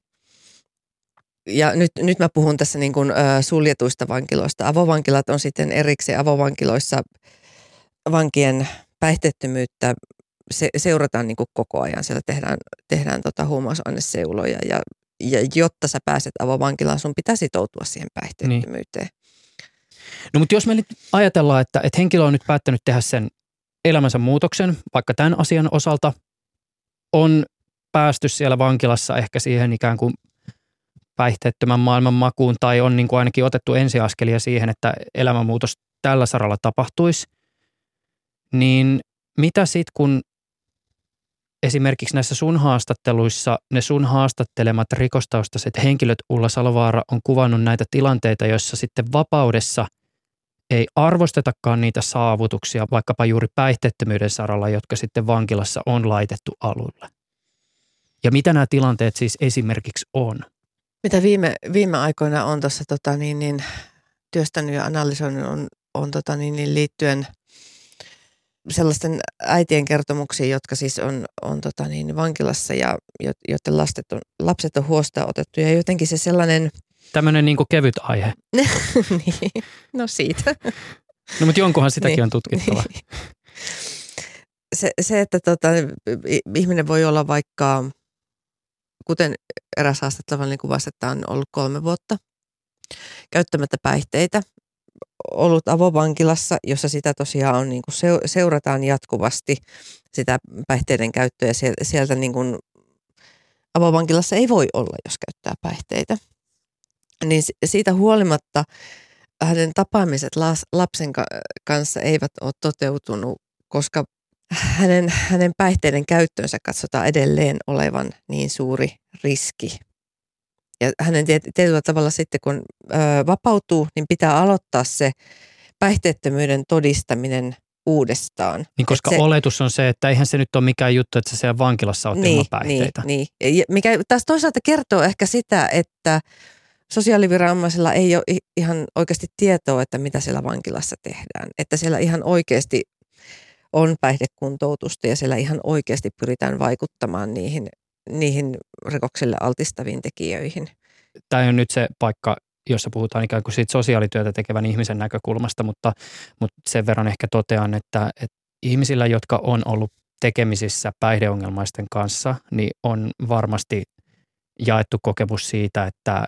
Ja nyt, nyt mä puhun tässä niin kuin, ö, suljetuista vankiloista. Avovankilat on sitten erikseen. Avovankiloissa vankien päihteettömyyttä se, seurataan niin kuin koko ajan. Siellä tehdään, tehdään tota huumausainneseuloja ja, ja jotta sä pääset avovankilaan, sun pitää sitoutua siihen päihteettömyyteen. Niin. No mutta jos me nyt ajatellaan, että, että henkilö on nyt päättänyt tehdä sen elämänsä muutoksen, vaikka tämän asian osalta on päästy siellä vankilassa ehkä siihen ikään kuin päihteettömän maailman makuun tai on niin kuin ainakin otettu ensiaskelia siihen, että elämänmuutos tällä saralla tapahtuisi, niin mitä sitten kun esimerkiksi näissä sun haastatteluissa ne sun haastattelemat rikostaustaiset henkilöt, Ulla Salovaara, on kuvannut näitä tilanteita, joissa sitten vapaudessa ei arvostetakaan niitä saavutuksia, vaikkapa juuri päihteettömyyden saralla, jotka sitten vankilassa on laitettu alulle. Ja mitä nämä tilanteet siis esimerkiksi on? Mitä viime, viime aikoina on tuossa tota, niin, niin, työstänyt ja analysoinut on, on tota, niin, niin, liittyen sellaisten äitien kertomuksiin, jotka siis on, on tota, niin, vankilassa ja joiden lastet on, lapset on huostaan otettu. Ja jotenkin se sellainen... Tämmöinen niin kuin kevyt aihe. Niin, no siitä. No mutta jonkunhan sitäkin niin, on tutkittava. Niin. Se, se, että tota, ihminen voi olla vaikka, kuten eräs haastattelevallinen kuvasi, että on ollut kolme vuotta käyttämättä päihteitä, ollut avovankilassa, jossa sitä tosiaan on, niin kuin seurataan jatkuvasti sitä päihteiden käyttöä. Sieltä niin kuin avovankilassa ei voi olla, jos käyttää päihteitä. Niin siitä huolimatta hänen tapaamiset lapsen kanssa eivät ole toteutunut, koska hänen, hänen päihteiden käyttöönsä katsotaan edelleen olevan niin suuri riski. Ja hänen tietyllä tavalla sitten, kun ö, vapautuu, niin pitää aloittaa se päihteettömyyden todistaminen uudestaan. Niin koska se, oletus on se, että eihän se nyt ole mikään juttu, että sä siellä vankilassa oot niin, ilman päihteitä. Niin, niin. Mikä taas toisaalta kertoo ehkä sitä, että sosiaaliviranomaisilla ei ole ihan oikeasti tietoa, että mitä siellä vankilassa tehdään. Että siellä ihan oikeasti on päihdekuntoutusta ja siellä ihan oikeasti pyritään vaikuttamaan niihin, niihin rikoksille altistaviin tekijöihin. Tämä on nyt se paikka, jossa puhutaan ikään kuin siitä sosiaalityötä tekevän ihmisen näkökulmasta, mutta, mutta sen verran ehkä totean, että, että ihmisillä, jotka on ollut tekemisissä päihdeongelmaisten kanssa, niin on varmasti jaettu kokemus siitä, että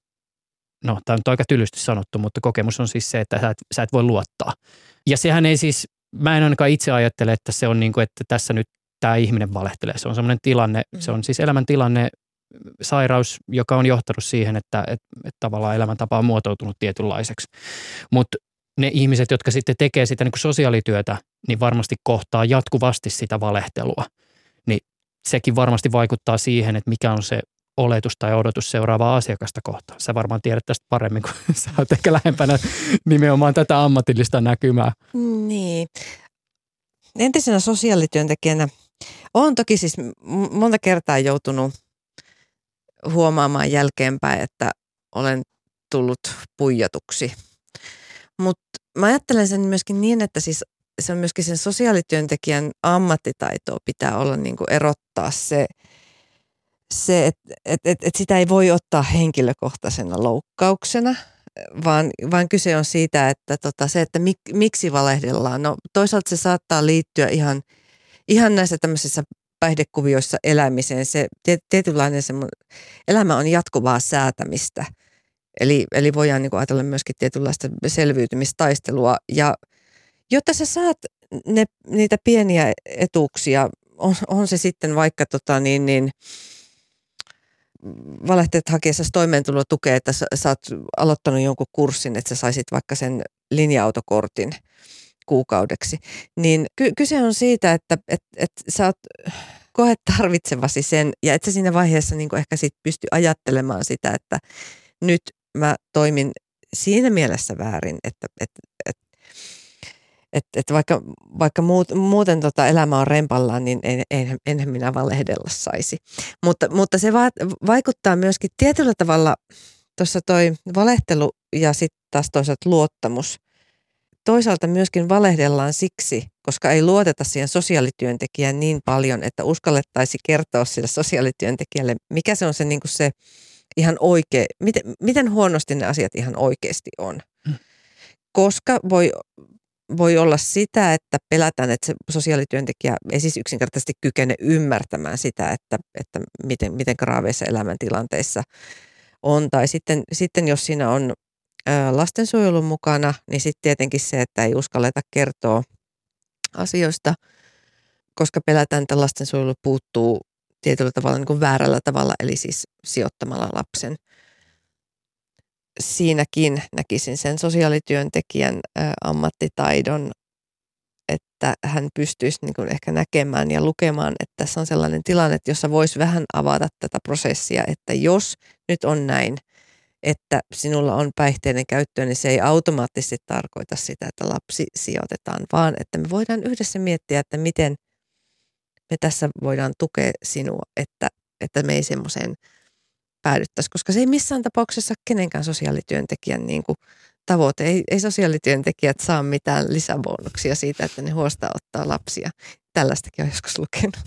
no, tämä on aika tylysti sanottu, mutta kokemus on siis se, että sä et, sä et voi luottaa. Ja sehän ei siis, mä en ainakaan itse ajattele, että se on niin kuin, että tässä nyt tämä ihminen valehtelee. Se on semmoinen tilanne, mm-hmm. se on siis elämäntilanne, sairaus, joka on johtanut siihen, että, että, että tavallaan elämäntapa on muotoutunut tietynlaiseksi. Mutta ne ihmiset, jotka sitten tekee sitä niin kuin sosiaalityötä, niin varmasti kohtaa jatkuvasti sitä valehtelua. Niin sekin varmasti vaikuttaa siihen, että mikä on se oletus tai odotus seuraavaa asiakasta kohtaan. Sä varmaan tiedät tästä paremmin, kun sä oot ehkä lähempänä nimenomaan tätä ammatillista näkymää. Niin. Entisenä sosiaalityöntekijänä olen toki siis monta kertaa joutunut huomaamaan jälkeenpäin, että olen tullut puijatuksi. Mutta mä ajattelen sen myöskin niin, että siis se on myöskin sen sosiaalityöntekijän ammattitaitoa pitää olla niin kuin erottaa se, se että et, et, et sitä ei voi ottaa henkilökohtaisena loukkauksena, vaan, vaan kyse on siitä, että tota, se, että mik, miksi valehdellaan. No toisaalta se saattaa liittyä ihan, ihan näissä tämmöisissä päihdekuvioissa elämiseen. Se tietynlainen elämä on jatkuvaa säätämistä. Eli, eli voidaan niin kuin ajatella myöskin tietynlaista selviytymistaistelua. Ja jotta sä saat ne, niitä pieniä etuuksia, on, on se sitten vaikka tota niin, niin valehteet hakiessasi toimeentulotukea, että sä, sä oot aloittanut jonkun kurssin, että sä saisit vaikka sen linja-autokortin kuukaudeksi. Niin ky- kyse on siitä, että et, et sä oot koet tarvitsevasi sen ja et sä siinä vaiheessa niin kuin ehkä sit pysty ajattelemaan sitä, että nyt mä toimin siinä mielessä väärin, että et, et, et, et vaikka, vaikka muut, muuten tota elämä on rempallaan, niin en, en, enhän minä valehdella saisi. Mutta, mutta se va- vaikuttaa myöskin tietyllä tavalla tuossa toi valehtelu ja sitten taas toisaalta luottamus. Toisaalta myöskin valehdellaan siksi, koska ei luoteta siihen sosiaalityöntekijään niin paljon, että uskallettaisiin kertoa sille sosiaalityöntekijälle, mikä se on se, niin kuin se ihan oikea, miten, miten huonosti ne asiat ihan oikeasti on. Hmm. Koska voi, voi olla sitä, että pelätään, että se sosiaalityöntekijä ei siis yksinkertaisesti kykene ymmärtämään sitä, että, että miten, miten graaveissa elämäntilanteissa on. Tai sitten, sitten jos siinä on lastensuojelun mukana, niin sitten tietenkin se, että ei uskalleta kertoa asioista, koska pelätään, että lastensuojelu puuttuu tietyllä tavalla niin kuin väärällä tavalla, eli siis sijoittamalla lapsen siinäkin näkisin sen sosiaalityöntekijän ammattitaidon, että hän pystyisi niin kuin ehkä näkemään ja lukemaan, että tässä on sellainen tilanne, jossa voisi vähän avata tätä prosessia, että jos nyt on näin, että sinulla on päihteiden käyttöä, niin se ei automaattisesti tarkoita sitä, että lapsi sijoitetaan, vaan että me voidaan yhdessä miettiä, että miten me tässä voidaan tukea sinua, että, että me ei semmoiseen päädyttäisi, koska se ei missään tapauksessa kenenkään sosiaalityöntekijän niin kuin tavoite. Ei, ei sosiaalityöntekijät saa mitään lisäbonuksia siitä, että ne huostaanottaa lapsia. Tällaistakin on joskus lukenut.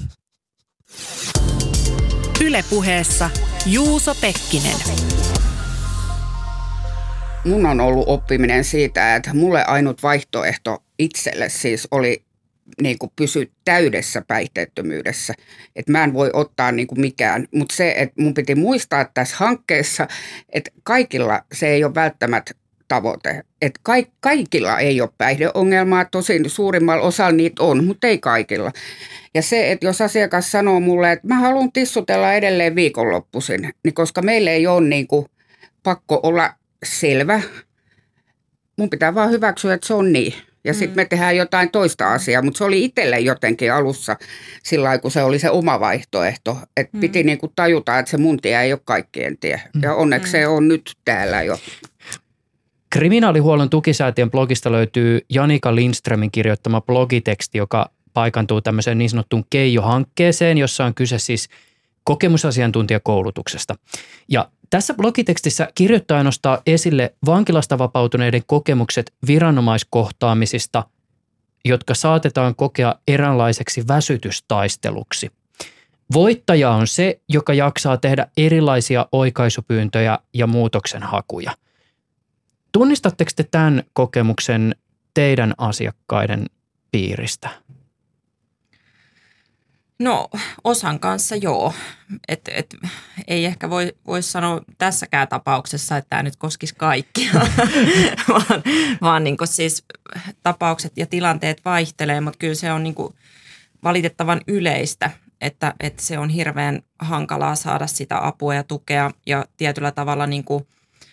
Yle Puheessa Juuso Pekkinen. Mun on ollut oppiminen siitä, että mulle ainut vaihtoehto itselle siis oli niin kuin pysyä täydessä päihteettömyydessä. Että mä en voi ottaa niin kuin mikään, mutta se, että mun piti muistaa tässä hankkeessa, että kaikilla se ei ole välttämättä tavoite. Että ka- kaikilla ei ole päihdeongelmaa, tosin suurimmalla osalla niitä on, mutta ei kaikilla. Ja se, että jos asiakas sanoo mulle, että mä haluan tissutella edelleen viikonloppuisin, niin koska meillä ei ole niin kuin pakko olla selvä, mun pitää vaan hyväksyä, että se on niin. Ja sitten me tehdään jotain toista asiaa, mutta se oli itselle jotenkin alussa sillä lailla, kun se oli se oma vaihtoehto. Että mm. piti niinku tajuta, että se mun tie ei ole kaikkien tie. Mm. Ja onneksi mm. se on nyt täällä jo. Kriminaalihuollon tukisäätiön blogista löytyy Janika Lindströmin kirjoittama blogiteksti, joka paikantuu tämmöiseen niin sanottuun Keijo-hankkeeseen, jossa on kyse siis kokemusasiantuntijakoulutuksesta. Ja tässä blogitekstissä kirjoittaja nostaa esille vankilasta vapautuneiden kokemukset viranomaiskohtaamisista, jotka saatetaan kokea eräänlaiseksi väsytystaisteluksi. Voittaja on se, joka jaksaa tehdä erilaisia oikaisupyyntöjä ja muutoksenhakuja. Tunnistatteko te tämän kokemuksen teidän asiakkaiden piiristä? No osan kanssa joo, että et, ei ehkä voi, voi sanoa tässäkään tapauksessa, että tämä nyt koskisi kaikkia, vaan, vaan niin kuin siis tapaukset ja tilanteet vaihtelee, mutta kyllä se on niin kuin valitettavan yleistä, että, että se on hirveän hankalaa saada sitä apua ja tukea ja tietyllä tavalla niin kuin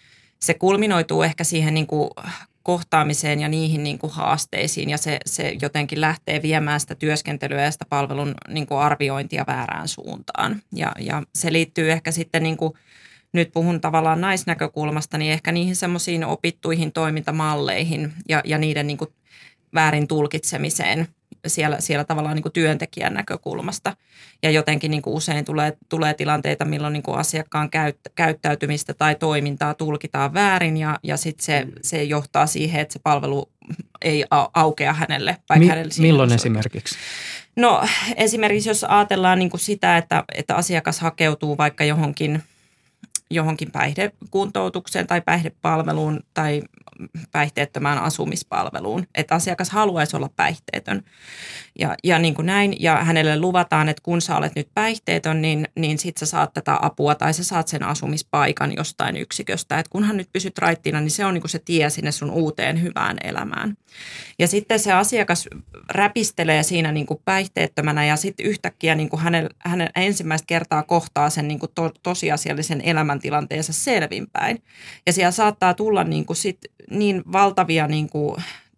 se kulminoituu ehkä siihen niin kuin kohtaamiseen ja niihin niin kuin haasteisiin ja se, se jotenkin lähtee viemään sitä työskentelyä ja sitä palvelun niin kuin arviointia väärään suuntaan. Ja, ja se liittyy ehkä sitten, niin kuin, nyt puhun tavallaan naisnäkökulmasta, niin ehkä niihin semmoisiin opittuihin toimintamalleihin ja, ja niiden niin kuin väärin tulkitsemiseen siellä, siellä tavallaan niin kuin työntekijän näkökulmasta. Ja jotenkin niin kuin usein tulee, tulee tilanteita, milloin niin kuin asiakkaan käyt, käyttäytymistä tai toimintaa tulkitaan väärin ja, ja sitten se, se johtaa siihen, että se palvelu ei aukea hänelle. Mi- hänelle milloin esimerkiksi? No esimerkiksi jos ajatellaan niin kuin sitä, että, että asiakas hakeutuu vaikka johonkin johonkin päihdekuntoutukseen tai päihdepalveluun tai päihteettömään asumispalveluun, että asiakas haluaisi olla päihteetön. Ja, ja niin kuin näin, ja hänelle luvataan, että kun sä olet nyt päihteetön, niin, niin sit sä saat tätä apua tai sä saat sen asumispaikan jostain yksiköstä. Että kunhan nyt pysyt raittina, niin se on niin kuin se tie sinne sun uuteen hyvään elämään. Ja sitten se asiakas räpistelee siinä niin kuin päihteettömänä ja sitten yhtäkkiä niin kuin hänen, hänen ensimmäistä kertaa kohtaa sen niin kuin to, tosiasiallisen elämäntilanteensa selvinpäin. Ja siellä saattaa tulla niin kuin sit niin valtavia niin kuin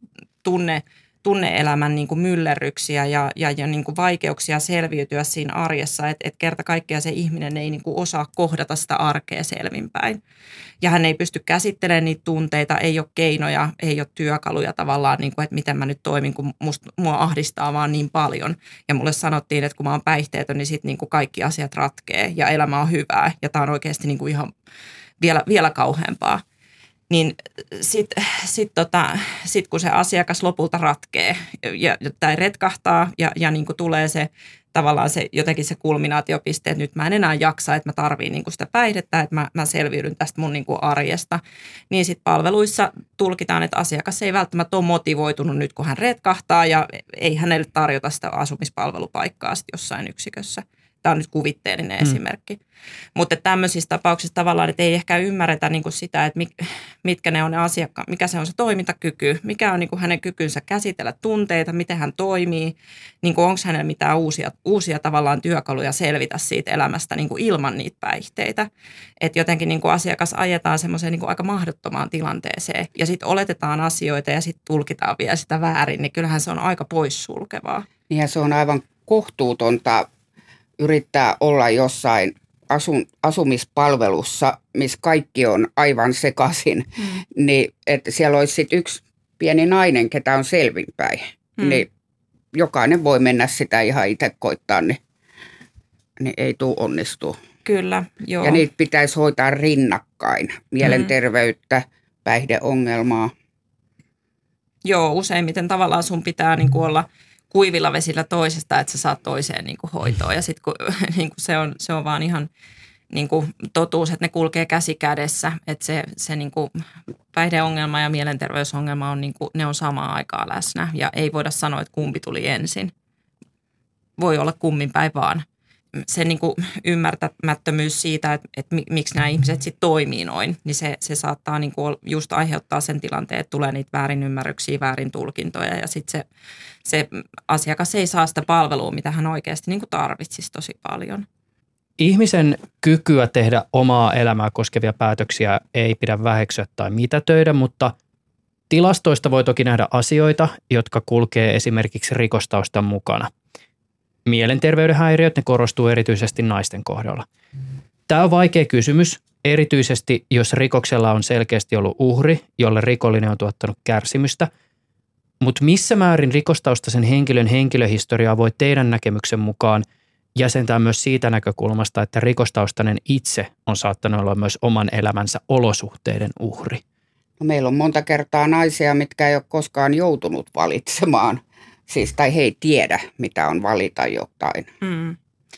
tunne, tunne-elämän niin kuin myllerryksiä ja, ja, ja niin kuin vaikeuksia selviytyä siinä arjessa, että et kerta kaikkiaan se ihminen ei niin kuin osaa kohdata sitä arkea selvinpäin. Ja hän ei pysty käsittelemään niitä tunteita, ei ole keinoja, ei ole työkaluja tavallaan, niin kuin, että miten mä nyt toimin, kun musta, mua ahdistaa vaan niin paljon. Ja mulle sanottiin, että kun mä oon päihteetön, niin sitten niin kuin kaikki asiat ratkee ja elämä on hyvää ja tää on oikeasti niin kuin ihan vielä, vielä kauheampaa. Niin sitten sit tota, sit kun se asiakas lopulta ratkee ja, tai retkahtaa ja, ja niin kuin tulee se tavallaan se, jotenkin se kulminaatiopiste, että nyt mä en enää jaksa, että mä tarviin niin kuin sitä päihdettä, että mä, mä selviydyn tästä mun niin kuin arjesta. Niin sitten palveluissa tulkitaan, että asiakas ei välttämättä ole motivoitunut nyt, kun hän retkahtaa ja ei hänelle tarjota sitä asumispalvelupaikkaa sitten jossain yksikössä. Tämä on nyt kuvitteellinen Mm. esimerkki. Mutta tämmöisissä tapauksissa tavallaan, että ei ehkä ymmärretä niin kuin sitä, että mitkä ne on ne asiakkaat, mikä se on se toimintakyky, mikä on niin kuin hänen kykynsä käsitellä tunteita, miten hän toimii, niin kuin onko hänellä mitään uusia, uusia tavallaan työkaluja selvitä siitä elämästä niin kuin ilman niitä päihteitä. Että jotenkin niin kuin asiakas ajetaan semmoiseen niin kuin aika mahdottomaan tilanteeseen ja sitten oletetaan asioita ja sitten tulkitaan vielä sitä väärin, niin kyllähän se on aika poissulkevaa. Ja se on aivan kohtuutonta yrittää olla jossain asun, asumispalvelussa, missä kaikki on aivan sekaisin, mm. niin että siellä olisi sitten yksi pieni nainen, ketä on selvinpäin. Mm. Niin jokainen voi mennä sitä ihan itse koittaa, niin, niin ei tule onnistua. Kyllä, joo. Ja niitä pitäisi hoitaa rinnakkain. Mielenterveyttä, mm. päihdeongelmaa. Joo, useimmiten tavallaan sun pitää niin kuin olla kuivilla vesillä toisesta, että sä saat toiseen niin kuin hoitoon. Ja sitten niin se, on, se on vaan ihan niin kuin totuus, että ne kulkee käsi kädessä. Että se, se niin kuin päihdeongelma ja mielenterveysongelma on, niin kuin, ne on samaan aikaan läsnä. Ja ei voida sanoa, että kumpi tuli ensin. Voi olla kummin päin vaan. Se niin kuin ymmärtämättömyys siitä, että, että miksi nämä ihmiset sitten toimii noin, niin se, se saattaa niin kuin just aiheuttaa sen tilanteen, että tulee niitä väärinymmärryksiä, väärin tulkintoja ja sitten se, se asiakas ei saa sitä palvelua, mitä hän oikeasti niin kuin tarvitsisi tosi paljon. Ihmisen kykyä tehdä omaa elämää koskevia päätöksiä ei pidä väheksyä tai mitätöidä, mutta tilastoista voi toki nähdä asioita, jotka kulkee esimerkiksi rikostaustan mukana. Mielenterveyden häiriöt, ne korostuu erityisesti naisten kohdalla. Tämä on vaikea kysymys, erityisesti jos rikoksella on selkeästi ollut uhri, jolle rikollinen on tuottanut kärsimystä. Mutta missä määrin rikostaustaisen henkilön henkilöhistoriaa voi teidän näkemyksen mukaan jäsentää myös siitä näkökulmasta, että rikostaustainen itse on saattanut olla myös oman elämänsä olosuhteiden uhri? No, meillä on monta kertaa naisia, mitkä ei ole koskaan joutunut valitsemaan. Siis, tai he ei tiedä, mitä on valita jotain. Mm.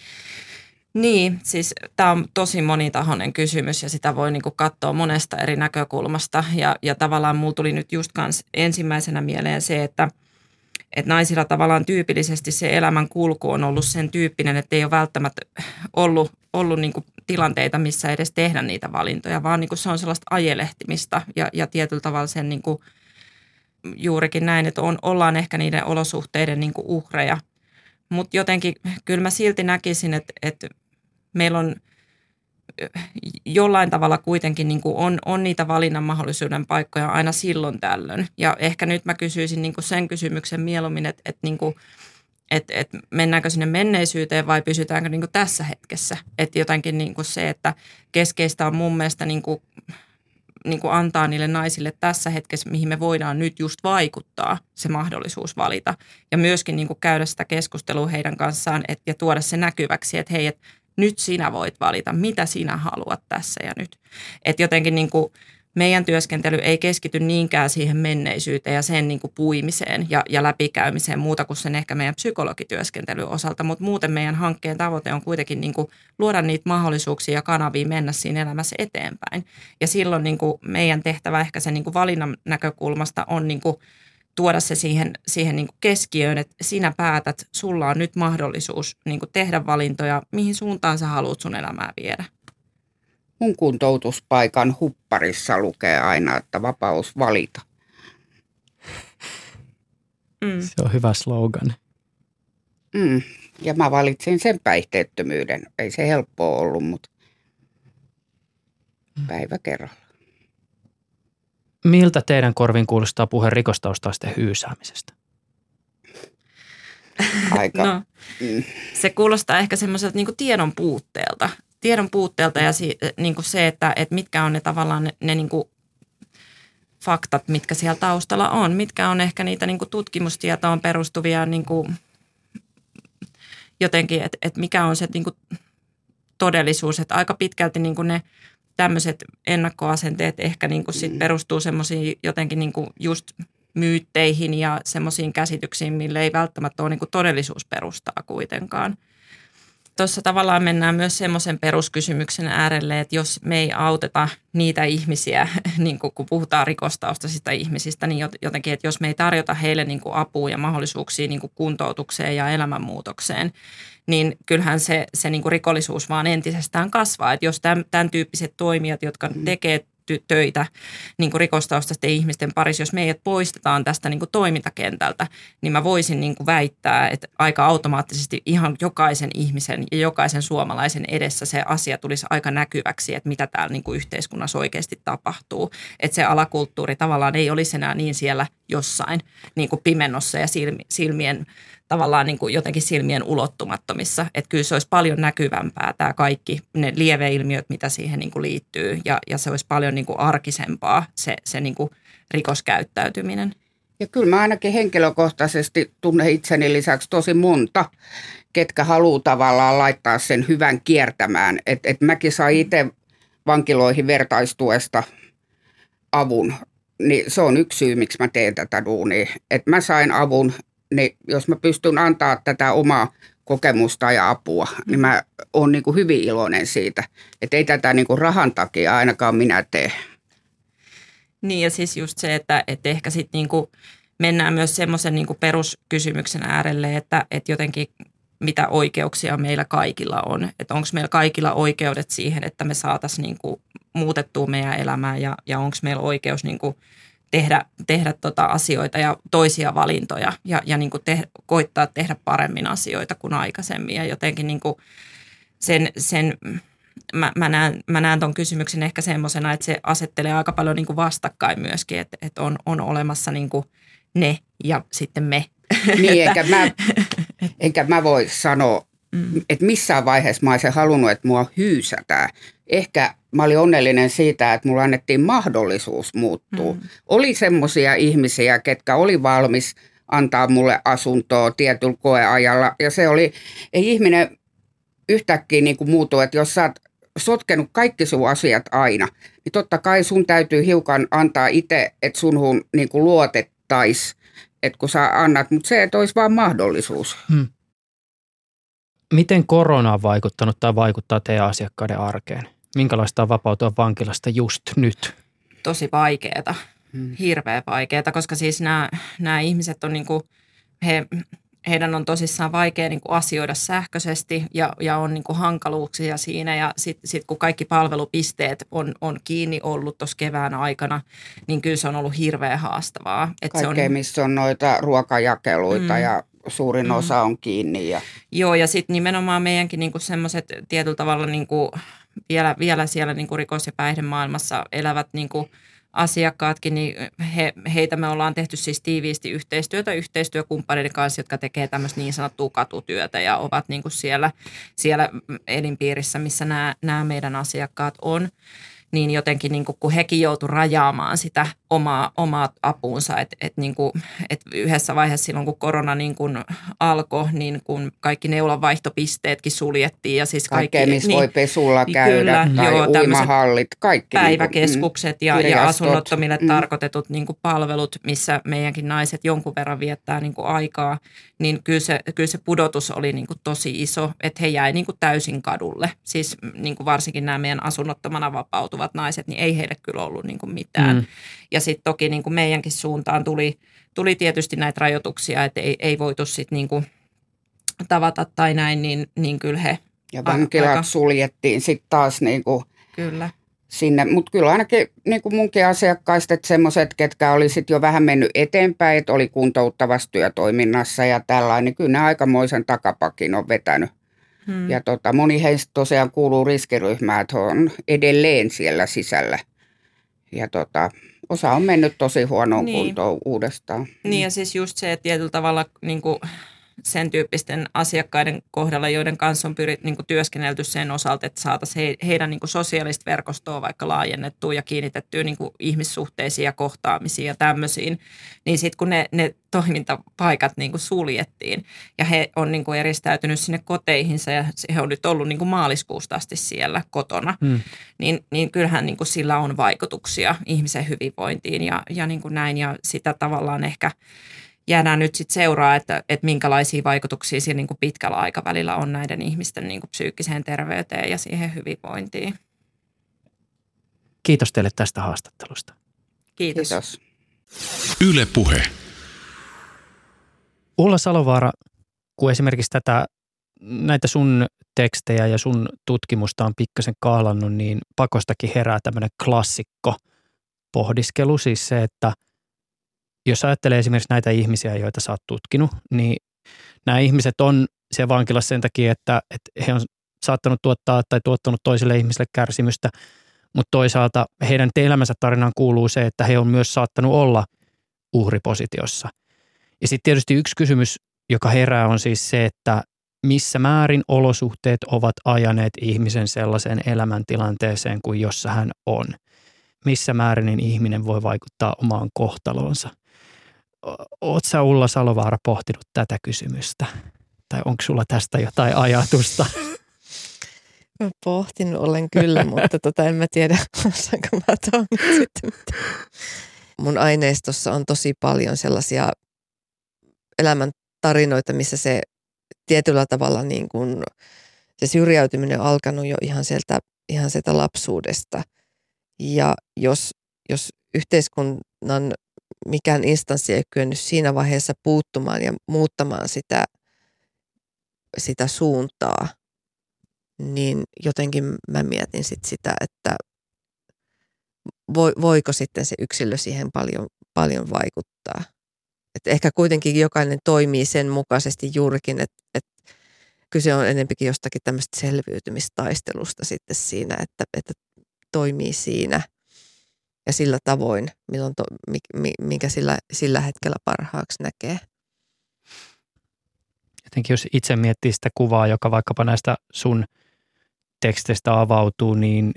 Niin, siis tämä on tosi monitahoinen kysymys ja sitä voi niinku katsoa monesta eri näkökulmasta. Ja, ja tavallaan mulla tuli nyt just kans ensimmäisenä mieleen se, että et naisilla tavallaan tyypillisesti se elämän kulku on ollut sen tyyppinen, että ei ole välttämättä ollut, ollut niinku tilanteita, missä edes tehdä niitä valintoja, vaan niinku se on sellaista ajelehtimista ja, ja tietyllä tavalla sen niinku juurikin näin, että on, ollaan ehkä niiden olosuhteiden niin kuin uhreja. Mutta jotenkin kyllä mä silti näkisin, että, että meillä on jollain tavalla kuitenkin niin kuin on, on niitä valinnan mahdollisuuden paikkoja aina silloin tällöin. Ja ehkä nyt mä kysyisin niin kuin sen kysymyksen mieluummin, että, että, niin kuin, että, että mennäänkö sinne menneisyyteen vai pysytäänkö niin kuin tässä hetkessä. Että jotenkin niin kuin se, että keskeistä on mun mielestä niin kuin niin kuin antaa niille naisille tässä hetkessä, mihin me voidaan nyt just vaikuttaa, se mahdollisuus valita. Ja myöskin niin kuin käydä sitä keskustelua heidän kanssaan et, ja tuoda se näkyväksi, että hei, että nyt sinä voit valita, mitä sinä haluat tässä ja nyt. Että jotenkin niin kuin meidän työskentely ei keskity niinkään siihen menneisyyteen ja sen niin kuin puimiseen ja, ja läpikäymiseen muuta kuin sen ehkä meidän psykologityöskentelyn osalta, mutta muuten meidän hankkeen tavoite on kuitenkin niin kuin luoda niitä mahdollisuuksia ja kanavia mennä siinä elämässä eteenpäin. Ja silloin niin kuin meidän tehtävä ehkä sen niin kuin valinnan näkökulmasta on niin kuin tuoda se siihen, siihen niin kuin keskiöön, että sinä päätät, sulla on nyt mahdollisuus niin kuin tehdä valintoja, mihin suuntaan sä haluat sun elämää viedä. Mun kuntoutuspaikan hupparissa lukee aina, että vapaus valita. Mm. Se on hyvä slogan. Mm. Ja mä valitsin sen päihteettömyyden. Ei se helppoa ollut, mutta päivä kerralla. Miltä teidän korviin kuulostaa puhe rikostaustaisten hyysäämisestä? Aika. No, mm. Se kuulostaa ehkä semmoiselta niin kuin tiedon puutteelta. Tiedon puutteelta ja si, niin kuin se, että, että mitkä on ne tavallaan ne, ne niin kuin faktat, mitkä siellä taustalla on. Mitkä on ehkä niitä niin kuin tutkimustietoon perustuvia niin kuin jotenkin, että, että mikä on se niin kuin todellisuus. Että aika pitkälti niin kuin ne tämmöiset ennakkoasenteet ehkä niin kuin sit perustuu semmoisiin jotenkin niin kuin just myytteihin ja semmoisiin käsityksiin, mille ei välttämättä ole niin kuin todellisuusperustaa kuitenkaan. tuossa tavallaan mennään myös semmoisen peruskysymyksen äärelle, että jos me ei auteta niitä ihmisiä, niin kun puhutaan rikostaustaisista ihmisistä, niin jotenkin, että jos me ei tarjota heille niin kuin apua ja mahdollisuuksia niin kuin kuntoutukseen ja elämänmuutokseen, niin kyllähän se, se niin kuin rikollisuus vaan entisestään kasvaa. Että jos tämän, tämän tyyppiset toimijat, jotka tekee töitä niin kuin rikostaustaisten ihmisten parissa, jos meidät poistetaan tästä niin kuin toimintakentältä, niin mä voisin niin kuin väittää, että aika automaattisesti ihan jokaisen ihmisen ja jokaisen suomalaisen edessä se asia tulisi aika näkyväksi, että mitä täällä niin kuin yhteiskunnassa oikeasti tapahtuu. Että se alakulttuuri tavallaan ei olisi enää niin siellä jossain niin kuin pimennossa ja silmien tavallaan niin kuin jotenkin silmien ulottumattomissa. Että kyllä se olisi paljon näkyvämpää tämä kaikki, ne lieveilmiöt, mitä siihen niin kuin liittyy ja, ja se olisi paljon niin kuin arkisempaa se, se niin kuin rikoskäyttäytyminen. Ja kyllä mä ainakin henkilökohtaisesti tunnen itseni lisäksi tosi monta, ketkä haluaa tavallaan laittaa sen hyvän kiertämään. Että et mäkin sain itse vankiloihin vertaistuesta avun, niin se on yksi syy, miksi mä teen tätä duunia. Että mä sain avun. Niin jos mä pystyn antaa tätä omaa kokemusta ja apua, niin mä oon niin kuin hyvin iloinen siitä. Että ei tätä niin kuin rahan takia ainakaan minä tee. Niin ja siis just se, että, että ehkä sitten niin kuin mennään myös semmoisen niin kuin peruskysymyksen äärelle, että, että jotenkin mitä oikeuksia meillä kaikilla on. Että onko meillä kaikilla oikeudet siihen, että me saataisiin niin kuin muutettua meidän elämää ja, ja onko meillä oikeus niin kuin tehdä, tehdä tota asioita ja toisia valintoja ja, ja niin kuin te, koittaa tehdä paremmin asioita kuin aikaisemmin. Ja jotenkin niin kuin sen, sen mä, mä, näen, mä näen ton kysymyksen ehkä semmoisena, että se asettelee aika paljon niin kuin vastakkain myöskin, että, että on, on olemassa niin kuin ne ja sitten me. Niin, enkä mä, enkä mä voi sanoa, mm. että missään vaiheessa mä olisin halunnut, että mua hyysätään. Ehkä mä olin onnellinen siitä, että mulla annettiin mahdollisuus muuttua. Mm. Oli semmoisia ihmisiä, ketkä oli valmis antaa mulle asuntoa tietyllä koeajalla. Ja se oli, ei ihminen yhtäkkiä niin kuin muutu, että jos sä oot sotkenut kaikki sun asiat aina, niin totta kai sun täytyy hiukan antaa itse, että sunhun niin kuin luotettaisiin, että kun sä annat, mutta se, että olisi vaan mahdollisuus. Hmm. Miten korona on vaikuttanut tai vaikuttaa teidän asiakkaiden arkeen? Minkälaista on vapautua vankilasta just nyt? Tosi vaikeeta, hmm. hirveän vaikeeta, koska siis nämä, nämä ihmiset on niin kuin, he, heidän on tosissaan vaikea niin kuin asioida sähköisesti ja, ja on niin kuin hankaluuksia siinä. Ja sitten sit kun kaikki palvelupisteet on, on kiinni ollut tuossa kevään aikana, niin kyllä se on ollut hirveän haastavaa. Kaikkea, on, missä on noita ruokajakeluita mm. ja suurin mm. osa on kiinni. Ja. Joo, ja sitten nimenomaan meidänkin niinku semmoiset tietyllä tavalla niinku vielä, vielä siellä niinku rikos- ja päihdemaailmassa elävät niinku asiakkaatkin, niin he, heitä me ollaan tehty siis tiiviisti yhteistyötä yhteistyökumppaneiden kanssa, jotka tekee tämmöistä niin sanottua katutyötä ja ovat niinku siellä, siellä elinpiirissä, missä nämä, nämä meidän asiakkaat on. Niin jotenkin niin kuin, kun hekin joutui rajaamaan sitä omaa, omaa apuunsa, että et, niin et yhdessä vaiheessa silloin, kun korona niin kuin alkoi, niin kun kaikki neulanvaihtopisteetkin suljettiin. Ja siis kaikki, kaikkea, missä niin, voi pesulla käydä kyllä, tai joo, uimahallit, kaikki. Päiväkeskukset niin kuin, ja, ja asunnottomille mm. tarkoitetut niin kuin palvelut, missä meidänkin naiset jonkun verran viettää niin kuin aikaa, niin kyllä se, kyllä se pudotus oli niin kuin tosi iso, että he jäi niin kuin täysin kadulle. Siis niin kuin varsinkin nämä meidän asunnottomana vapautuvat naiset, niin ei heille kyllä ollut niin kuin mitään. Mm. Ja sitten toki niin kuin meidänkin suuntaan tuli, tuli tietysti näitä rajoituksia, että ei, ei voitu sitten niin kuin tavata tai näin, niin, niin kyllä he... Ja vankilat aika... suljettiin sitten taas niin kuin kyllä. sinne. Mutta kyllä ainakin niin kuin munkin asiakkaista, että semmoiset, ketkä oli sitten jo vähän mennyt eteenpäin, että oli kuntouttavassa työtoiminnassa ja tällainen, niin kyllä ne aikamoisen takapakin on vetänyt. Hmm. Ja tota, moni heistä tosiaan kuuluu riskiryhmään, että on edelleen siellä sisällä. Ja tota, osa on mennyt tosi huonoon niin. kuntoon uudestaan. Niin ja siis just se, että tietyllä tavalla niin kuin sen tyyppisten asiakkaiden kohdalla, joiden kanssa on pyrit, niin kuin työskennelty sen osalta, että saataisiin he, heidän niin kuin sosiaalista verkostoa vaikka laajennettua ja kiinnitettyä niin kuin ihmissuhteisiin ja kohtaamisiin ja tämmöisiin, niin sitten kun ne, ne toimintapaikat niin kuin suljettiin ja he on niin kuin eristäytynyt sinne koteihinsa ja he on nyt ollut niin kuin maaliskuusta asti siellä kotona, hmm. niin, niin kyllähän niin kuin sillä on vaikutuksia ihmisen hyvinvointiin ja, ja niin kuin näin ja sitä tavallaan ehkä jäädään nyt sitten seuraa, että, että minkälaisia vaikutuksia siinä niin kuin pitkällä aikavälillä on näiden ihmisten niin kuin psyykkiseen terveyteen ja siihen hyvinvointiin. Kiitos teille tästä haastattelusta. Kiitos. Kiitos. Yle Puhe. Ulla Salovaara, kun esimerkiksi tätä, näitä sun tekstejä ja sun tutkimusta on pikkasen kaalannut, niin pakostakin herää tämmöinen klassikko pohdiskelu. Siis se, että jos ajattelee esimerkiksi näitä ihmisiä, joita sä oot tutkinut, niin nämä ihmiset on siellä vankilassa sen takia, että, että he on saattanut tuottaa tai tuottanut toisille ihmisille kärsimystä, mutta toisaalta heidän elämänsä tarinaan kuuluu se, että he on myös saattanut olla uhripositiossa. Ja sitten tietysti yksi kysymys, joka herää, on siis se, että missä määrin olosuhteet ovat ajaneet ihmisen sellaiseen elämäntilanteeseen kuin jossa hän on. Missä määrin niin ihminen voi vaikuttaa omaan kohtaloonsa. Oot sä Ulla Salovaara pohtinut tätä kysymystä? Tai onko sulla tästä jotain ajatusta? Mä pohtinut olen kyllä, mutta tota en mä tiedä, osaanko mä tuon sitten. Mun aineistossa on tosi paljon sellaisia elämän tarinoita, missä se tietyllä tavalla niin kuin se syrjäytyminen on alkanut jo ihan sieltä, ihan sieltä lapsuudesta. Ja jos, jos yhteiskunnan mikään instanssi ei kyennyt siinä vaiheessa puuttumaan ja muuttamaan sitä, sitä suuntaa, niin jotenkin mä mietin sit sitä, että voiko sitten se yksilö siihen paljon, paljon vaikuttaa. Et ehkä kuitenkin jokainen toimii sen mukaisesti juurikin, että et kyse on enempikin jostakin tämmöistä selviytymistaistelusta sitten siinä, että, että toimii siinä ja sillä tavoin, milloin to, minkä sillä, sillä hetkellä parhaaksi näkee. Jotenkin jos itse miettii sitä kuvaa, joka vaikkapa näistä sun teksteistä avautuu, niin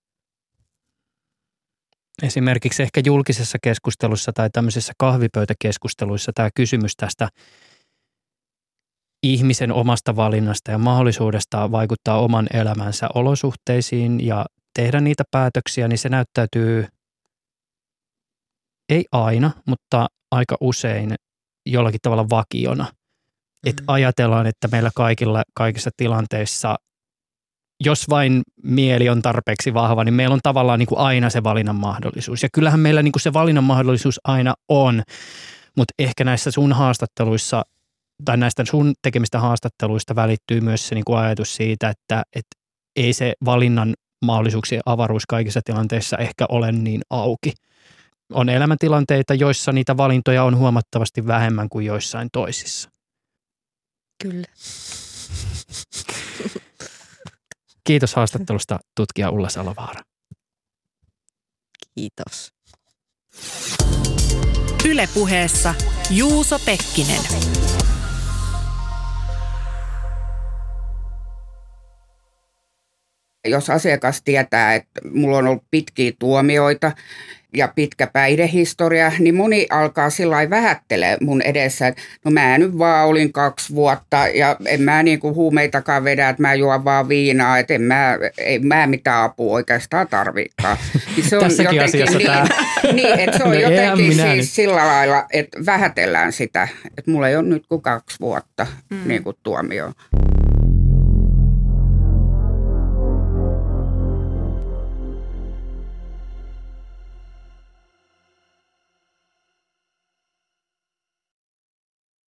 esimerkiksi ehkä julkisessa keskustelussa tai tämmöisissä kahvipöytäkeskusteluissa tämä kysymys tästä ihmisen omasta valinnasta ja mahdollisuudesta vaikuttaa oman elämänsä olosuhteisiin ja tehdä niitä päätöksiä, niin se näyttäytyy ei aina, mutta aika usein jollakin tavalla vakiona. Mm-hmm. Että ajatellaan, että meillä kaikilla, kaikissa tilanteissa, jos vain mieli on tarpeeksi vahva, niin meillä on tavallaan niin kuin aina se valinnan mahdollisuus. Ja kyllähän meillä niin kuin se valinnan mahdollisuus aina on, mutta ehkä näissä sun haastatteluissa tai näistä sun tekemistä haastatteluista välittyy myös se niin kuin ajatus siitä, että, että ei se valinnan mahdollisuuksien avaruus kaikissa tilanteissa ehkä ole niin auki. On elämäntilanteita, joissa niitä valintoja on huomattavasti vähemmän kuin joissain toisissa. Kyllä. Kiitos haastattelusta, tutkija Ulla Salovaara. Kiitos. Yle Puheessa Juuso Pekkinen. Jos asiakas tietää, että mulla on ollut pitkiä tuomioita ja pitkä päihdehistoria, niin moni alkaa sillä lailla vähättelee mun edessä, että no mä nyt vaan olin kaksi vuotta ja en mä niinku huumeitakaan vedä, että mä juon vaan viinaa, että en mä, en mä mitään apua oikeastaan tarvikaan. Niin se on tässäkin asiassa niin, tämä. Niin, että se on no jotenkin siis nyt sillä lailla, että vähätellään sitä, että mulla ei ole nyt kuin kaksi vuotta mm. niin kuin tuomio.